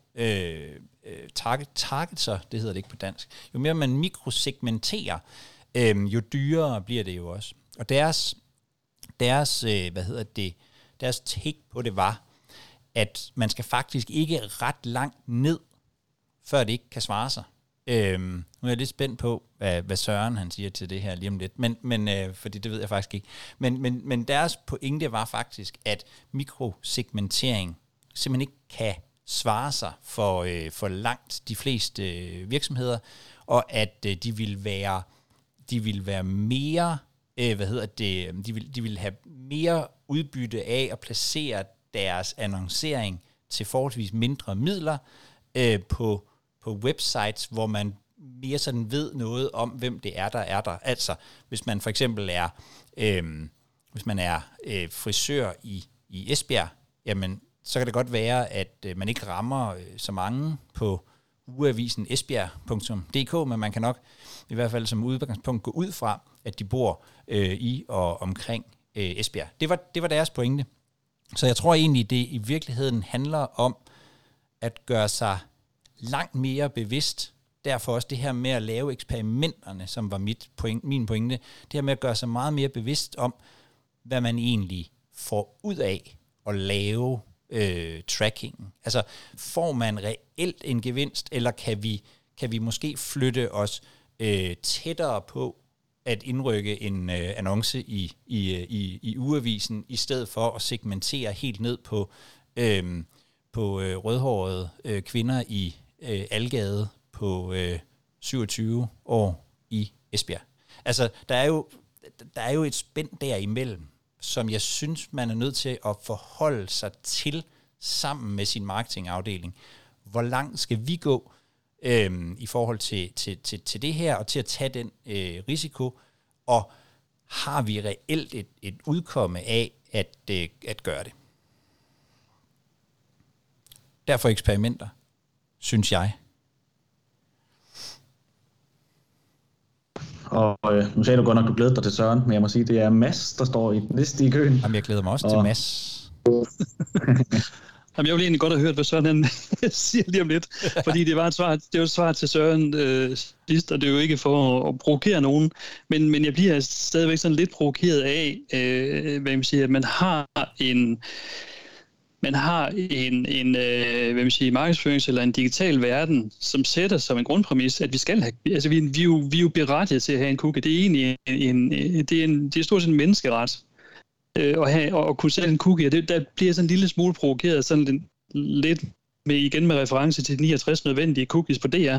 targeter, det hedder det ikke på dansk, jo mere man mikrosegmenterer, jo dyrere bliver det jo også. Og deres take på det var, at man skal faktisk ikke ret langt ned, før det ikke kan svare sig. Nu er jeg lidt spændt på, hvad Søren han siger til det her lige om lidt, men fordi det ved jeg faktisk ikke. Men deres pointe var faktisk, at mikrosegmentering simpelthen ikke kan svare sig for langt de fleste virksomheder, og at de vil være mere, de vil have mere udbytte af at placere deres annoncering til forholdsvis mindre midler på websites, hvor man mere sådan ved noget om, hvem det er, der er der. Altså, hvis man for eksempel er, frisør i Esbjerg, jamen, så kan det godt være, at man ikke rammer så mange på ugeavisen esbjerg.dk, men man kan nok i hvert fald som udgangspunkt gå ud fra, at de bor i og omkring Esbjerg. Det var deres pointe. Så jeg tror egentlig, det i virkeligheden handler om at gøre sig langt mere bevidst. Derfor også det her med at lave eksperimenterne, som var min pointe. Det her med at gøre sig meget mere bevidst om, hvad man egentlig får ud af at lave trackingen. Altså, får man reelt en gevinst, eller kan vi måske flytte os tættere på at indrykke en annonce i ugeavisen, i stedet for at segmentere helt ned på rødhårede kvinder i Algade på 27 år i Esbjerg. Altså, der er jo et spænd derimellem, som jeg synes, man er nødt til at forholde sig til sammen med sin marketingafdeling. Hvor langt skal vi gå i forhold til det her, og til at tage den risiko, og har vi reelt et udkomme af at gøre det? Derfor eksperimenter, synes jeg.
Og nu sagde du godt nok, du glæder dig til Søren, men jeg må sige, det er Mads, der står i den næste i køen.
Jamen, jeg glæder mig også til Mads.
Jamen, jeg vil egentlig godt have hørt, hvad Søren han siger lige om lidt, fordi det var et svar til Søren sidst, og det er jo ikke for at provokere nogen, men jeg bliver stadigvæk sådan lidt provokeret af, hvad man siger, at man har en markedsførings- eller en digital verden, som sætter som en grundpræmis, at vi skal have, altså vi er jo berettiget til at have en cookie. Det er egentlig det er stort set en menneskeret at kunne sætte en cookie, og der bliver sådan en lille smule provokeret, sådan lidt med reference til 69 nødvendige cookies på DR.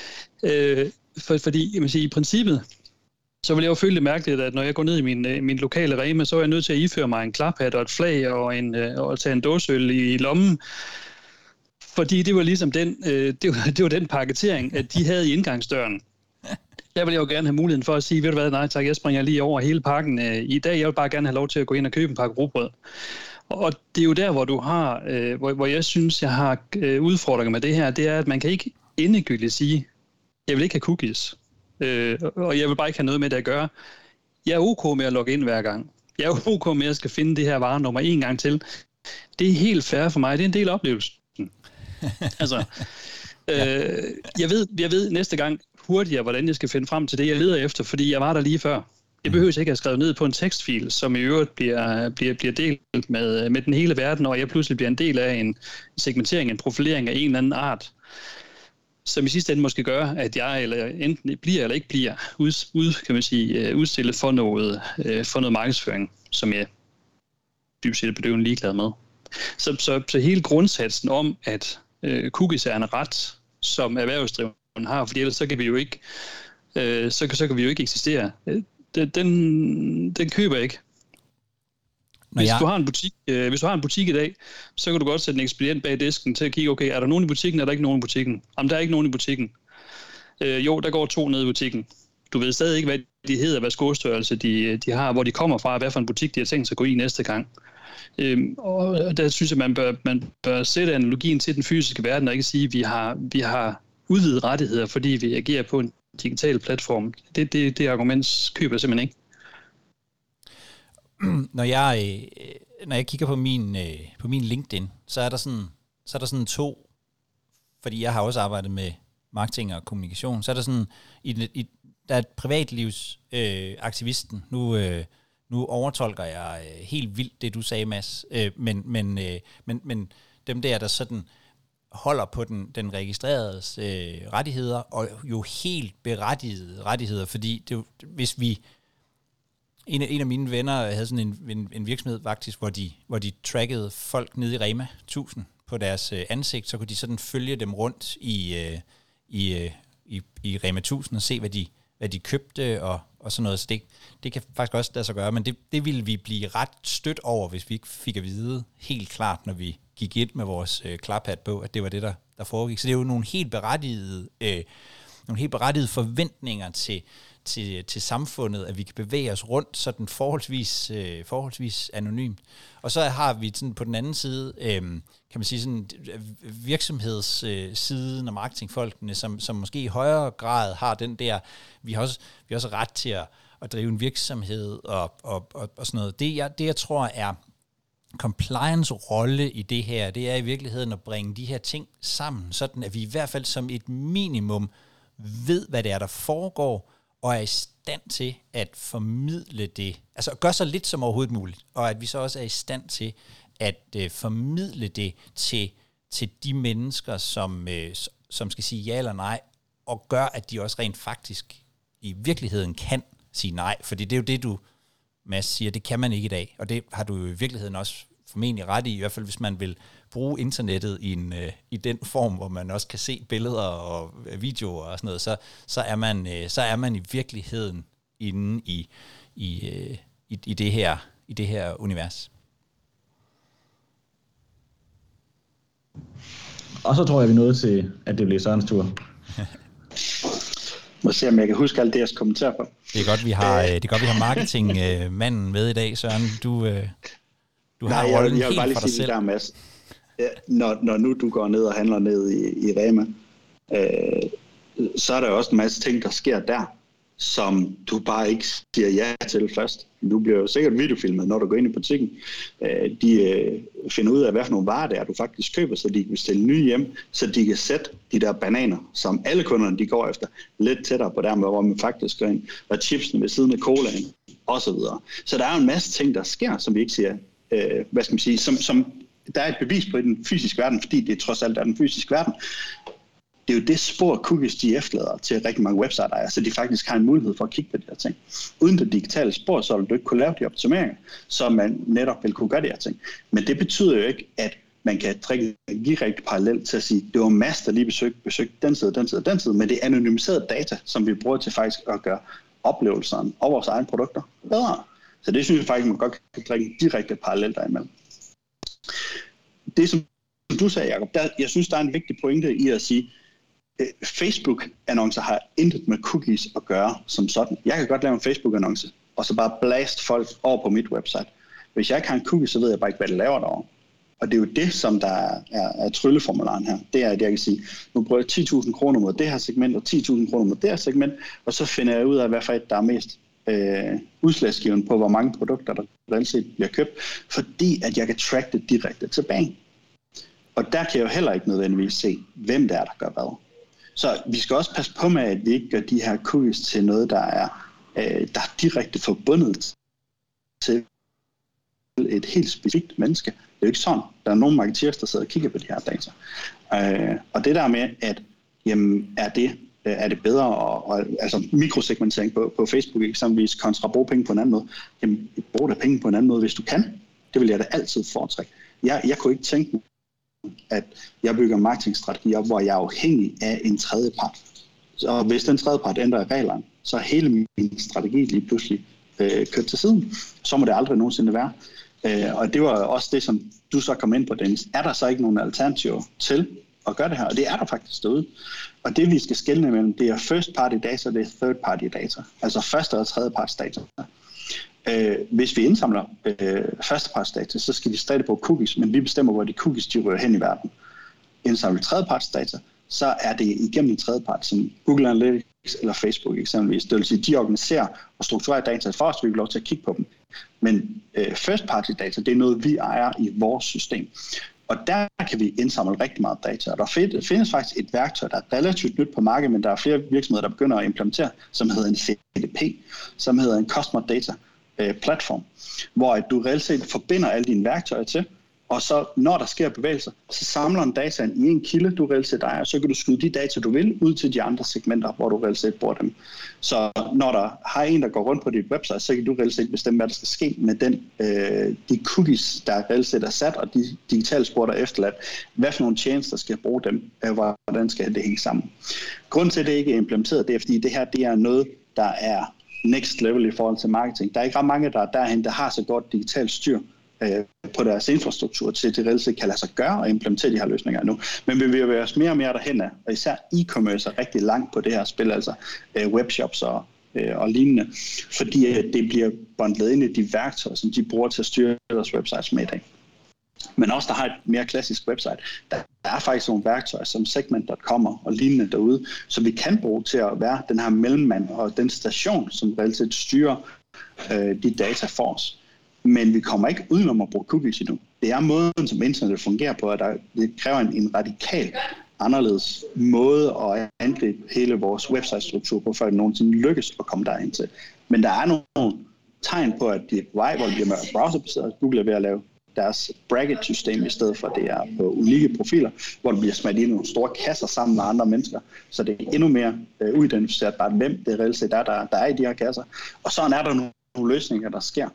Fordi man siger, i princippet, så vil jeg jo føle det mærkeligt, at når jeg går ned i min lokale Rema, så er jeg nødt til at iføre mig en klaphat og et flag og tage en dåseøl i lommen. Fordi det var ligesom det var den paketering, at de havde i indgangsdøren. Der vil jeg jo gerne have muligheden for at sige, ved du hvad, nej tak, jeg springer lige over hele pakken i dag. Jeg vil bare gerne have lov til at gå ind og købe en pakke rugbrød. Og det er jo der, hvor du har, hvor jeg synes, jeg har udfordringer med det her, det er, at man kan ikke endegyldigt sige, jeg vil ikke have cookies, og jeg vil bare ikke have noget med det at gøre. Jeg er ok med at logge ind hver gang. Jeg er ok med, at jeg skal finde det her varenummer en gang til. Det er helt fair for mig. Det er en del af oplevelsen. Altså, jeg ved næste gang hurtigere, hvordan jeg skal finde frem til det, jeg leder efter, fordi jeg var der lige før. Jeg behøver ikke at have skrevet ned på en tekstfil, som i øvrigt bliver delt med den hele verden, og jeg pludselig bliver en del af en segmentering, en profilering af en eller anden art, som i sidste ende måske gør, at jeg eller enten bliver eller ikke bliver udstillet for noget markedsføring, som jeg dybest set er bedøvende ligeglad med. Så hele grundsatsen om, at cookies er en ret, som erhvervsdrivende har, fordi ellers så kan vi jo ikke, så kan vi jo ikke eksistere. Den køber jeg ikke. Hvis du har en butik i dag, så kan du godt sætte en ekspedient bag disken til at kigge, okay, er der nogen i butikken, er der ikke nogen i butikken? Jamen, der er ikke nogen i butikken. Jo, der går 2 ned i butikken. Du ved stadig ikke, hvad de hedder, hvad skostørrelse de har, hvor de kommer fra, hvad for en butik de har tænkt sig at gå i næste gang. Og der synes jeg, man bør sætte analogien til den fysiske verden, og ikke sige, at vi har udvidet rettigheder, fordi vi agerer på en digital platform. Det argument køber jeg simpelthen ikke.
Når jeg kigger på min LinkedIn, så er der sådan 2, fordi jeg har også arbejdet med marketing og kommunikation, så er der sådan der er et privatlivsaktivisten. Nu overtolker jeg helt vildt det du sagde, Mads, men dem der sådan holder på den registreredes rettigheder, og jo helt berettigede rettigheder, fordi hvis vi en af mine venner havde sådan en virksomhed faktisk, hvor de trackede folk nede i Rema 1000 på deres ansigt, så kunne de sådan følge dem rundt i Rema 1000 og se, hvad de købte og sådan noget. Så det kan faktisk også lade sig gøre, men det ville vi blive ret stødt over, hvis vi ikke fik at vide helt klart, når vi gik ind med vores klarpat på, at det var det, der foregik. Så det er jo nogle helt berettigede forventninger til samfundet, at vi kan bevæge os rundt sådan forholdsvis anonymt. Og så har vi sådan på den anden side, kan man sige sådan virksomhedssiden og marketingfolkene, som måske i højere grad har den der, vi har også ret til at drive en virksomhed og sådan noget. Det jeg tror er compliance rolle i det her, det er i virkeligheden at bringe de her ting sammen, sådan at vi i hvert fald som et minimum ved, hvad det er, der foregår, og er i stand til at formidle det, altså gøre så lidt som overhovedet muligt, og at vi så også er i stand til at formidle det til de mennesker, som skal sige ja eller nej, og gør, at de også rent faktisk i virkeligheden kan sige nej, fordi det er jo det, du, Mads, siger, det kan man ikke i dag, og det har du jo i virkeligheden også formentlig ret i hvert fald hvis man vil bruge internettet i den form, hvor man også kan se billeder og videoer og sådan noget, så er man i virkeligheden inde i det her univers.
Og så tror jeg, vi er nået til, at det bliver Sørens tur.
Må se, om jeg kan huske alt det, jeg skal kommentere på.
Det er godt, vi har marketingmanden med i dag, Søren. Du har rollen helt for dig selv.
Mads. Når nu du går ned og handler ned i Rema, så er der jo også en masse ting, der sker der, som du bare ikke siger ja til først. Du bliver jo sikkert videofilmet, når du går ind i butikken. De finder ud af, hvad for nogle varer det er, du faktisk køber, så de kan bestille nye hjem, så de kan sætte de der bananer, som alle kunderne de går efter, lidt tættere på der, hvor man faktisk går ind, og chipsene ved siden af colaen, og så videre. Så der er jo en masse ting, der sker, som vi ikke siger, hvad skal man sige, som der er et bevis på i den fysiske verden, fordi det trods alt er den fysiske verden. Det er jo det spor, cookies de efterlader til rigtig mange website-ejere, så de faktisk har en mulighed for at kigge på de her ting. Uden det digitale spor, så vil du ikke kunne lave de optimeringer, så man netop vil kunne gøre de her ting. Men det betyder jo ikke, at man kan trække direkte parallelt til at sige, det var Mads, der lige besøgte den side, men det er anonymiseret data, som vi bruger til faktisk at gøre oplevelserne og vores egne produkter bedre. Så det synes jeg faktisk, man godt kan trække direkte parallelt derimellem. Det som du sagde, Jacob, jeg synes, der er en vigtig pointe i at sige, Facebook-annoncer har intet med cookies at gøre som sådan. Jeg kan godt lave en Facebook-annonce, og så bare blast folk over på mit website. Hvis jeg ikke har en cookie, så ved jeg bare ikke, hvad det laver derovre. Og det er jo det, som der er trylleformularen her. Det er, at jeg kan sige, nu bruger jeg 10.000 kroner mod det her segment, og 10.000 kroner mod det her segment, og så finder jeg ud af, hvad for et, der er mest udslagsgivende på, hvor mange produkter, der reelt set bliver købt, fordi at jeg kan track det direkte tilbage. Og der kan jeg jo heller ikke nødvendigvis se, hvem det er, der gør hvad. Så vi skal også passe på med, at vi ikke gør de her cookies til noget, der er direkte forbundet til et helt specifikt menneske. Det er jo ikke sådan. Der er nogle marketeers, der sidder og kigger på de her data. Og det der med, at jamen, er det bedre, altså mikrosegmentering på Facebook eksempelvis, kontra at bruge penge på en anden måde, jamen brug da penge på en anden måde, hvis du kan. Det vil jeg da altid foretrække. Jeg kunne ikke tænke mig, at jeg bygger marketingstrategier op, hvor jeg er afhængig af en tredjepart. Og hvis den tredjepart ændrer reglerne, så er hele min strategi lige pludselig kørt til siden. Så må det aldrig nogensinde være. Og det var også det, som du så kom ind på, Dennis. Er der så ikke nogen alternativer til at gøre det her? Og det er der faktisk derude. Og det vi skal skelne imellem, det er first party data, det er third party data. Altså første og tredje parts data. Hvis vi indsamler første parts data, så skal vi stadig bruge cookies, men vi bestemmer, hvor de cookies de rører hen i verden. Indsamler tredje parts data, så er det igennem en tredje part, som Google Analytics eller Facebook eksempelvis. Det vil sige, de organiserer og strukturerer data for os, vi vil lov til at kigge på dem. Men first party data, det er noget, vi ejer i vores system. Og der kan vi indsamle rigtig meget data. Og der findes faktisk et værktøj, der er relativt nyt på markedet, men der er flere virksomheder, der begynder at implementere, som hedder en CDP, som hedder en Customer Data Platform, hvor du reelt set forbinder alle dine værktøjer til, og så når der sker bevægelser, så samler den dataen i en kilde, du reelt set ejer, og så kan du skyde de data, du vil, ud til de andre segmenter, hvor du reelt set bruger dem. Så når der har en, der går rundt på dit website, så kan du reelt set bestemme, hvad der skal ske med de cookies, der reelt set er sat, og de digitale spor, der er efterladt. Hvad for nogle tjenester skal bruge dem? Hvordan skal det hænge sammen? Grunden til, at det ikke er implementeret, det er, fordi det her det er noget, der er next level i forhold til marketing. Der er ikke ret mange, der er derhen, der har så godt digitalt styr på deres infrastruktur til, at det reelt set kan lade sig gøre og implementere de her løsninger nu. Men vi vil jo være os mere og mere derhen af, og især e-commerce er rigtig langt på det her spil, altså webshops og lignende, fordi det bliver bundlet ind i de værktøjer, som de bruger til at styre deres websites med i dag. Men også der har et mere klassisk website. Der er faktisk nogle værktøjer som Segment.com og lignende derude, som vi kan bruge til at være den her mellemmand og den station, som reelt set styrer de data for os. Men vi kommer ikke udenom at bruge cookies endnu. Det er måden, som internet fungerer på, at det kræver en radikal anderledes måde at angribe hele vores website-struktur på, før det nogensinde lykkes at komme derind til. Men der er nogle tegn på, at det er på vej, hvor det bliver mere browserbaseret. Google er ved at lave deres bracket-system i stedet for, det er på unikke profiler, hvor det bliver smidt ind i nogle store kasser sammen med andre mennesker. Så det er endnu mere uidentificeret, bare hvem det reelt set er, der er i de her kasser. Og sådan er der nogle løsninger, der sker.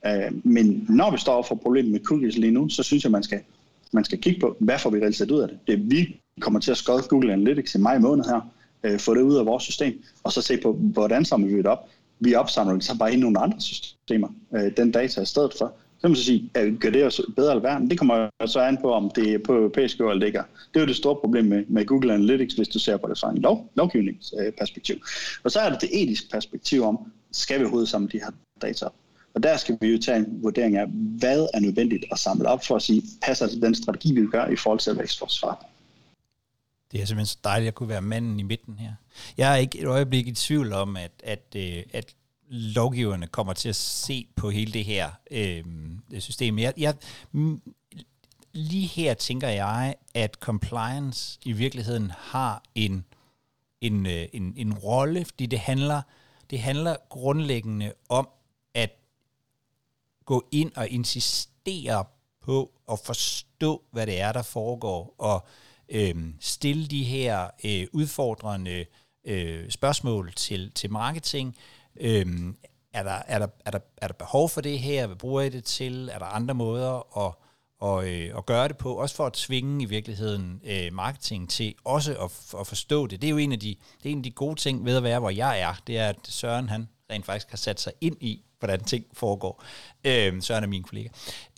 Men når vi står over for problemet med cookies lige nu, så synes jeg, man skal kigge på, hvad får vi reelt set ud af det. Vi kommer til at skåde Google Analytics i maj måned her, få det ud af vores system, og så se på, hvordan samler vi det op. Vi opsamler det så bare i nogle andre systemer, den data i stedet for. Så kan man så sige, gør det også bedre eller værre? Men det kommer så an på, om det er på europæisk eller ligger. Det er jo det store problem med Google Analytics, hvis du ser på det fra en lovgivningsperspektiv. Og så er det etisk perspektiv om, skal vi overhovedet samle de her data op? Og der skal vi jo tage en vurdering af, hvad er nødvendigt at samle op for at sige, passer til den strategi, vi gør i forhold til vækstforsvar.
Det er simpelthen så dejligt at kunne være manden i midten her. Jeg er ikke et øjeblik i tvivl om, at lovgiverne kommer til at se på hele det her system. Lige her tænker jeg, at compliance i virkeligheden har en rolle, fordi det handler grundlæggende om at gå ind og insistere på at forstå, hvad det er, der foregår, og stille de her udfordrende spørgsmål til marketing. Er der behov for det her? Hvad bruger I det til? Er der andre måder at gøre det på? Også for at tvinge i virkeligheden marketing til også at forstå det. Det er jo en af de gode ting ved at være, hvor jeg er. Det er, at Søren han rent faktisk har sat sig ind i, hvordan ting foregår. Søren er min kollega.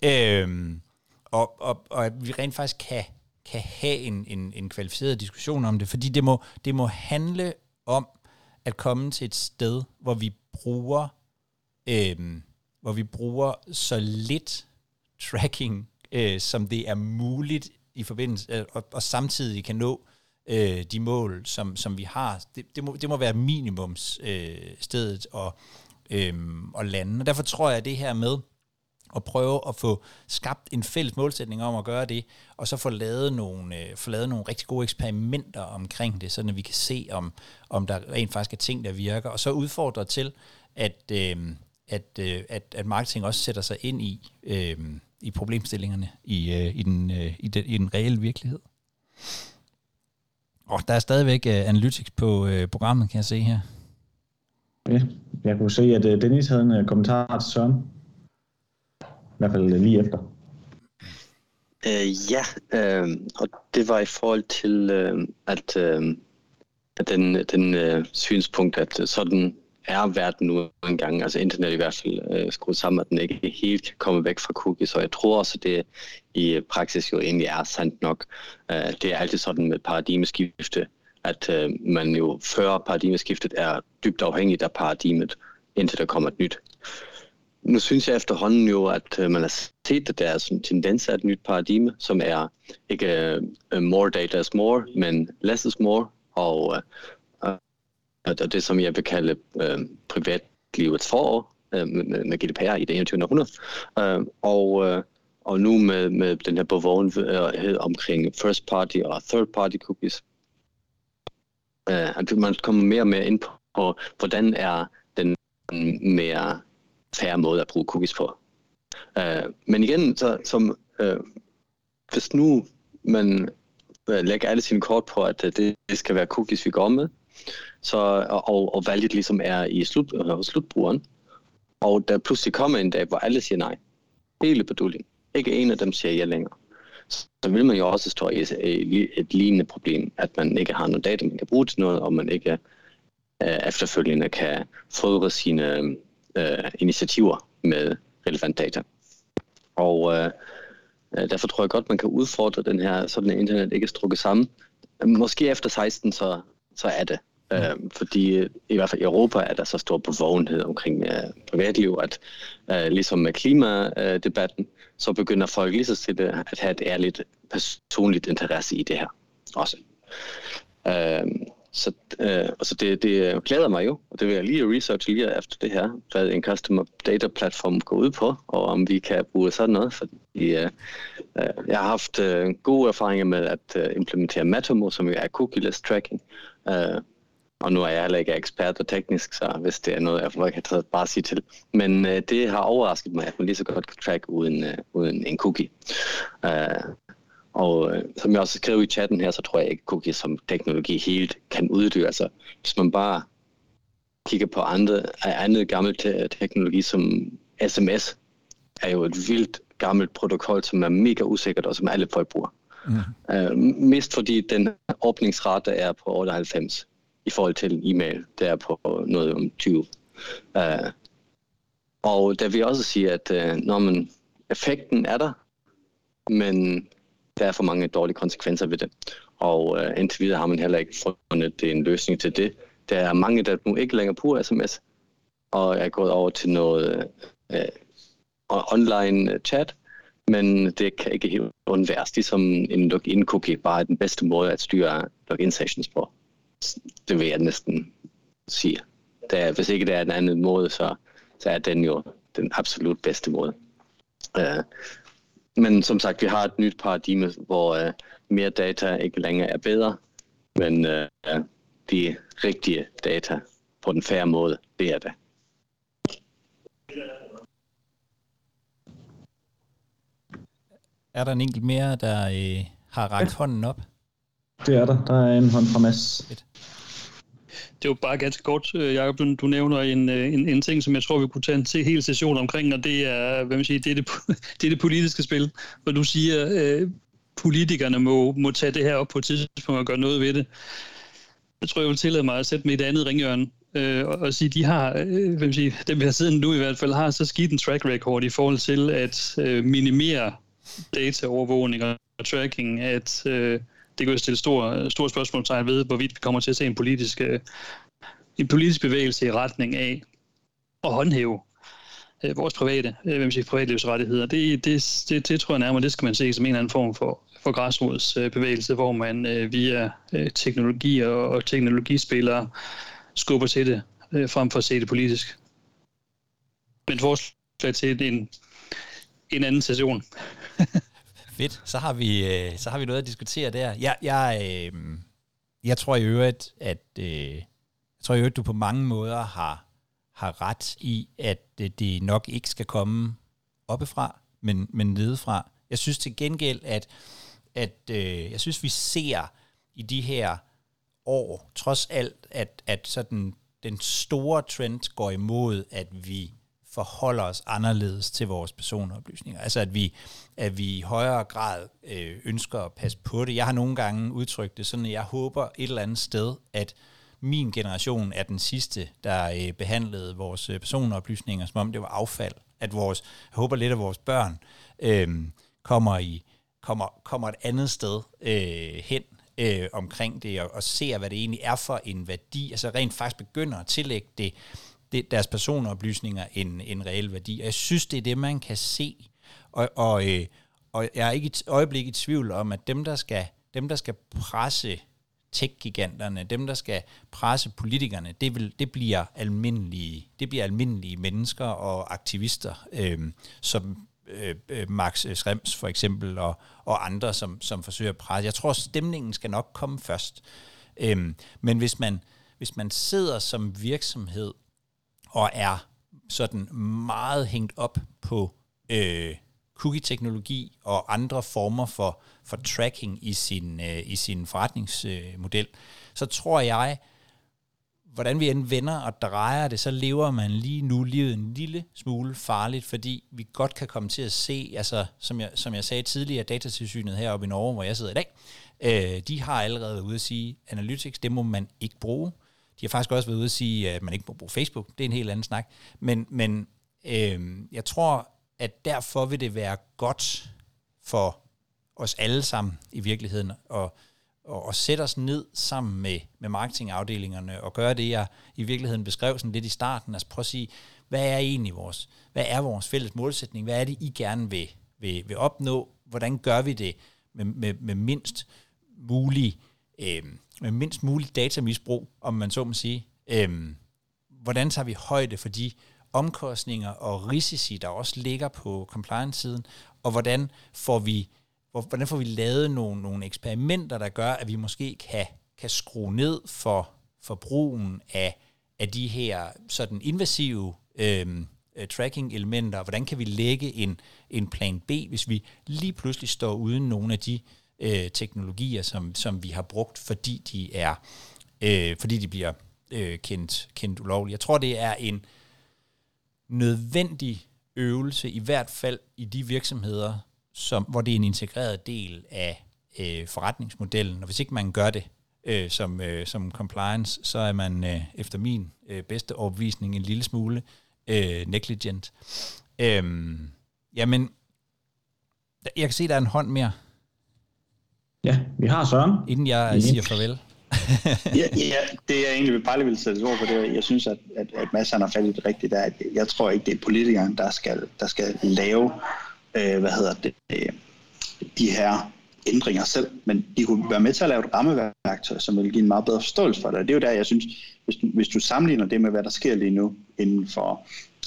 Og at vi rent faktisk kan have en kvalificeret diskussion om det, fordi det må handle om at komme til et sted, hvor vi bruger hvor vi bruger så lidt tracking, som det er muligt i forbindelse, og samtidig kan nå de mål, som vi har. Det må være minimumsstedet og lande. Og derfor tror jeg, at det her med at prøve at få skabt en fælles målsætning om at gøre det, og så få lavet nogle rigtig gode eksperimenter omkring det, så vi kan se, om der rent faktisk er ting, der virker, og så udfordre til, at marketing også sætter sig ind i problemstillingerne i den reelle virkelighed. Og der er stadigvæk analytics på programmet, kan jeg se her.
Ja, jeg kunne se, at Dennis havde en kommentar til Søren. I hvert fald lige efter.
Og det var i forhold til, at den synspunkt, at sådan er verden nu engang, altså internet i hvert fald skruet sammen, at den ikke helt kan komme væk fra cookies, og jeg tror også, at det i praksis jo egentlig er sandt nok. Det er altid sådan med paradigmeskifte, at man jo før paradigmeskiftet er dybt afhængigt af paradigmet, indtil der kommer et nyt. Nu synes jeg efterhånden jo, at man har set, at der er sådan en tendens af et nyt paradigme, som er ikke more data is more, men less is more, og det, som jeg vil kalde privatlivets forår med GDPR i det 21. århundrede. Og nu med den her bevågenhed omkring first party og third party cookies, at man kommer mere og mere ind på, hvordan er den mere færre måde at bruge cookies på. Men igen, hvis nu man lægger alle sine kort på, at det skal være cookies, vi går med, og valget ligesom er i slutbrugeren, og der pludselig kommer en dag, hvor alle siger nej. Hele beduljen. Ikke en af dem siger ja længere. Så vil man jo også stå i et lignende problem, at man ikke har noget data, man kan bruge til noget, og man ikke efterfølgende kan fodre sine initiativer med relevant data. Og derfor tror jeg godt, man kan udfordre den her, sådan at internet ikke er strukket sammen. Måske efter 16, så er det. Fordi i hvert fald i Europa er der så stor bevågenhed omkring privatliv, at ligesom med klimadebatten, så begynder folk lige så stille at have et ærligt personligt interesse i det her også. Så det glæder mig jo, og det vil jeg lige researche lige efter det her, hvad en Customer Data Platform går ud på, og om vi kan bruge sådan noget, fordi jeg har haft gode erfaringer med at implementere Matomo, som jo er cookie-less tracking, og nu er jeg heller ikke ekspert og teknisk, så hvis det er noget, jeg kan bare sige til. Men det har overrasket mig, at man lige så godt kan track uden en cookie. Og som jeg også skrev i chatten her, så tror jeg ikke, cookies som teknologi helt kan uddø. Altså, hvis man bare kigger på andet gammelt teknologi som SMS, er jo et vildt gammelt protokol, som er mega usikkert, og som alle folk bruger. Mest fordi den åbningsrate er på 98 i forhold til en e-mail, der er på noget om 20. Og der vil jeg også sige, at effekten er der, men der er for mange dårlige konsekvenser ved det. Og indtil videre har man heller ikke fundet en løsning til det. Der er mange, der nu ikke længere bruger sms, og er gået over til noget online chat, men det kan ikke helt undværes. Ligesom en login-cookie bare er den bedste måde at styre login-sessions på. Det vil jeg næsten sige. Hvis ikke der er en anden måde, så er den jo den absolut bedste måde. Men som sagt, vi har et nyt paradigme, hvor mere data ikke længere er bedre, men de rigtige data på den færre måde, det er det.
Er der en enkelt mere, der har rakt hånden op?
Det er der. Der er en hånd fra Mads.
Det er jo bare ganske kort, Jacob, du nævner en ting, som jeg tror, vi kunne tage en hel session omkring, og det er, det er det politiske spil, hvor du siger, politikerne må tage det her op på et tidspunkt og gøre noget ved det. Jeg tror, jeg vil tillade mig at sætte mig i et andet ringhjørne og sige, de har, dem vi har siddet nu i hvert fald, har så skidt en track record i forhold til at minimere dataovervågning og tracking, at det kan jo stille store spørgsmålstegn ved, hvorvidt vi kommer til at se en politisk bevægelse i retning af at håndhæve vores privatlivsrettigheder. Det tror jeg nærmere, det skal man se som en eller anden form for græsrodsbevægelse, hvor man via teknologi og teknologispillere skubber til det, frem for at se det politisk. Men forslag til en anden session.
Fedt. Så har vi noget at diskutere der. Jeg tror i øvrigt, at du på mange måder har ret i, at det nok ikke skal komme oppefra, men nedefra. Jeg synes til gengæld, at jeg synes, vi ser i de her år, trods alt, at sådan den store trend går imod, at vi forholder os anderledes til vores personoplysninger. Altså at vi i højere grad ønsker at passe på det. Jeg har nogle gange udtrykt det sådan, at jeg håber et eller andet sted, at min generation er den sidste, der behandlede vores personoplysninger, som om det var affald. Jeg håber lidt, at vores børn kommer et andet sted hen omkring det, og ser, hvad det egentlig er for en værdi, altså rent faktisk begynder at tillægge deres personoplysninger en reel værdi. Og jeg synes, det er det, man kan se. Og jeg er ikke et øjeblik i tvivl om, at dem, der skal presse tech-giganterne, dem, der skal presse politikerne, det bliver almindelige mennesker og aktivister, som Max Schrems for eksempel, og andre, som forsøger at presse. Jeg tror, stemningen skal nok komme først. Men hvis man sidder som virksomhed og er sådan meget hængt op på cookie-teknologi og andre former for tracking i sin forretningsmodel, så tror jeg, hvordan vi end vender og drejer det, så lever man lige nu livet en lille smule farligt, fordi vi godt kan komme til at se, altså som jeg sagde tidligere, Datatilsynet heroppe i Norge, hvor jeg sidder i dag, de har allerede været ude at sige, Analytics, det må man ikke bruge. De har faktisk også været ude at sige, at man ikke må bruge Facebook. Det er en helt anden snak. Men jeg tror, at derfor vil det være godt for os alle sammen i virkeligheden at sætte os ned sammen med marketingafdelingerne og gøre det, jeg i virkeligheden beskrev sådan lidt i starten. Altså prøve at sige, hvad er vores fælles målsætning? Hvad er det, I gerne vil opnå? Hvordan gør vi det med mindst mulig datamisbrug, om man så må sige? Hvordan tager vi højde for de omkostninger og risici, der også ligger på compliance-siden, og hvordan får vi lavet nogle eksperimenter, der gør, at vi måske kan skrue ned for brugen af de her sådan invasive tracking-elementer? Hvordan kan vi lægge en plan B, hvis vi lige pludselig står uden nogle af de teknologier, som vi har brugt, fordi de bliver kendt ulovligt? Jeg tror, det er en nødvendig øvelse, i hvert fald i de virksomheder, hvor det er en integreret del af forretningsmodellen. Og hvis ikke man gør det som compliance, så er man efter min bedste overbevisning en lille smule negligent. Jamen, jeg kan se, der er en hånd mere.
Ja, vi har Søren.
Inden jeg siger farvel.
ja, det jeg egentlig bare lige vil sætte ord på det, jeg synes, at Mads har fat i det rigtigt, er, at jeg tror ikke, det er politikerne, der skal lave de her ændringer selv, men de kunne være med til at lave et rammeværktøj, som vil give en meget bedre forståelse for det. Og det er jo der, jeg synes, hvis du sammenligner det med, hvad der sker lige nu inden for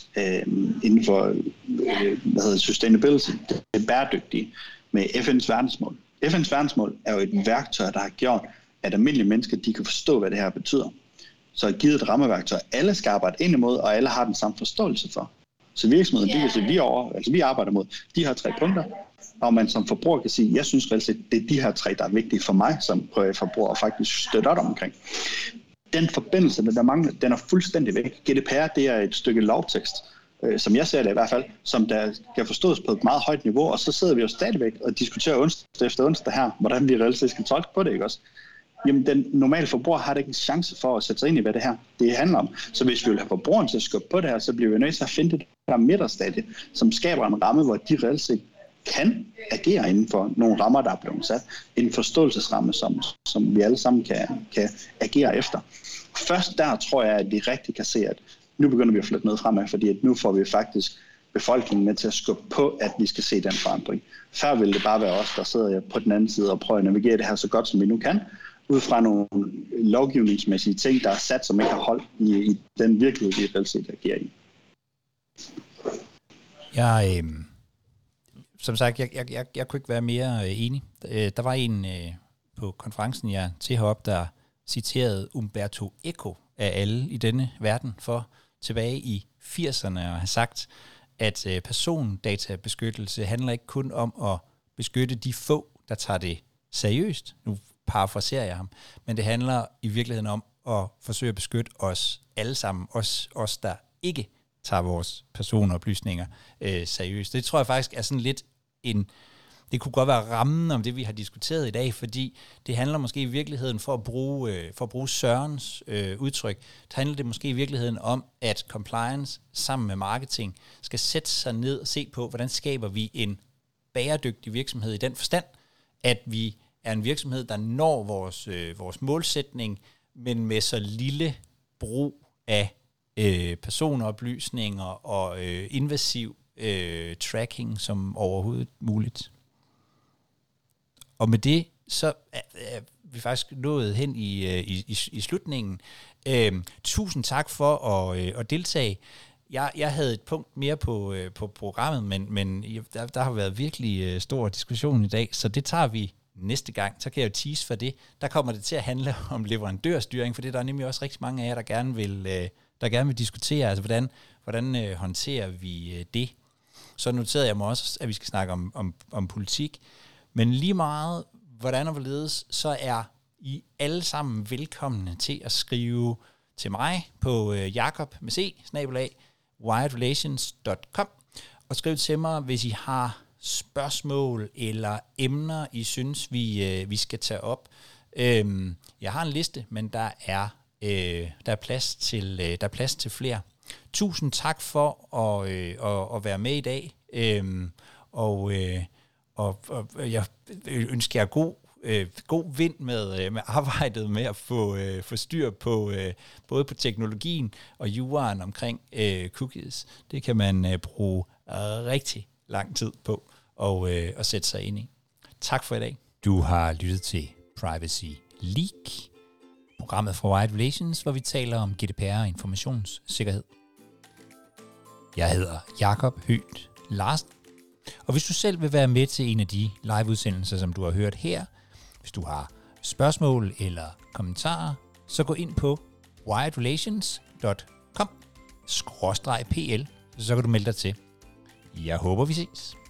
sustainability, det bæredygtige, med FN's verdensmål. FN's verdensmål er jo et værktøj, der har gjort, at almindelige mennesker, de kan forstå, hvad det her betyder. Så er givet et rammeværktøj, alle skal arbejde ind imod, og alle har den samme forståelse for. Så virksomheden, vi arbejder mod, de har 3 punkter, og man som forbruger kan sige, jeg synes reelt set, det er de her 3, der er vigtige for mig som forbruger, og faktisk støtter op omkring. Den forbindelse, der mangler, den er fuldstændig væk. GDPR, det er et stykke lovtekst, som jeg ser det i hvert fald, som der kan forstås på et meget højt niveau, og så sidder vi jo stadigvæk og diskuterer onsdag efter onsdag her, hvordan vi reelt set skal tolke på det, ikke også? Jamen, den normale forbruger har da ikke en chance for at sætte sig ind i, hvad det her det handler om. Så hvis vi vil have forbrugeren til at skubbe på det her, så bliver vi nødt til at finde det der midterstadie, som skaber en ramme, hvor de reelt set kan agere inden for nogle rammer, der er blevet sat. En forståelsesramme, som vi alle sammen kan agere efter. Først der tror jeg, at vi rigtig kan se, Nu begynder vi at flytte noget fremad, fordi at nu får vi faktisk befolkningen med til at skubbe på, at vi skal se den forandring. Før ville det bare være os, der sidder på den anden side og prøver at navigere det her så godt, som vi nu kan, ud fra nogle lovgivningsmæssige ting, der er sat, som ikke har holdt i den virkelighed, vi reelt set agerer i.
Som sagt, jeg kunne ikke være mere enig. Der var en på konferencen, jeg til heroppe, der citerede Umberto Eco af alle i denne verden for tilbage i 80'erne og har sagt, at persondatabeskyttelse handler ikke kun om at beskytte de få, der tager det seriøst. Nu parafraserer jeg ham. Men det handler i virkeligheden om at forsøge at beskytte os alle sammen. Os der ikke tager vores personoplysninger seriøst. Det tror jeg faktisk er sådan lidt det kunne godt være rammen om det, vi har diskuteret i dag, fordi det handler måske i virkeligheden, for at bruge Sørens udtryk, det handler det måske i virkeligheden om, at compliance sammen med marketing skal sætte sig ned og se på, hvordan skaber vi en bæredygtig virksomhed i den forstand, at vi er en virksomhed, der når vores målsætning, men med så lille brug af personoplysninger og invasiv tracking som overhovedet muligt. Og med det, så er vi faktisk nået hen i slutningen. Tusind tak for at deltage. Jeg havde et punkt mere på programmet, men der har været virkelig stor diskussion i dag, så det tager vi næste gang. Så kan jeg jo tease for det. Der kommer det til at handle om leverandørstyring, for det er der nemlig også rigtig mange af jer, der gerne vil diskutere, altså hvordan håndterer vi det. Så noterede jeg mig også, at vi skal snakke om politik, men lige meget hvordan og hvorledes, så er I alle sammen velkomne til at skrive til mig på jakob@wiredrelations.com og skriv til mig, hvis I har spørgsmål eller emner, I synes, vi skal tage op. Jeg har en liste, men der er plads til flere. Tusind tak for at være med i dag, og jeg ønsker jer god vind med arbejdet med at få styr på både på teknologien og juraen omkring cookies. Det kan man bruge rigtig lang tid på at sætte sig ind i. Tak for i dag. Du har lyttet til Privacy Leak, programmet fra Wired Relations, hvor vi taler om GDPR og informationssikkerhed. Jeg hedder Jakob Høgh Larsen, og hvis du selv vil være med til en af de liveudsendelser, som du har hørt her, hvis du har spørgsmål eller kommentarer, så gå ind på wiredrelations.com/pl, så kan du melde dig til. Jeg håber, vi ses.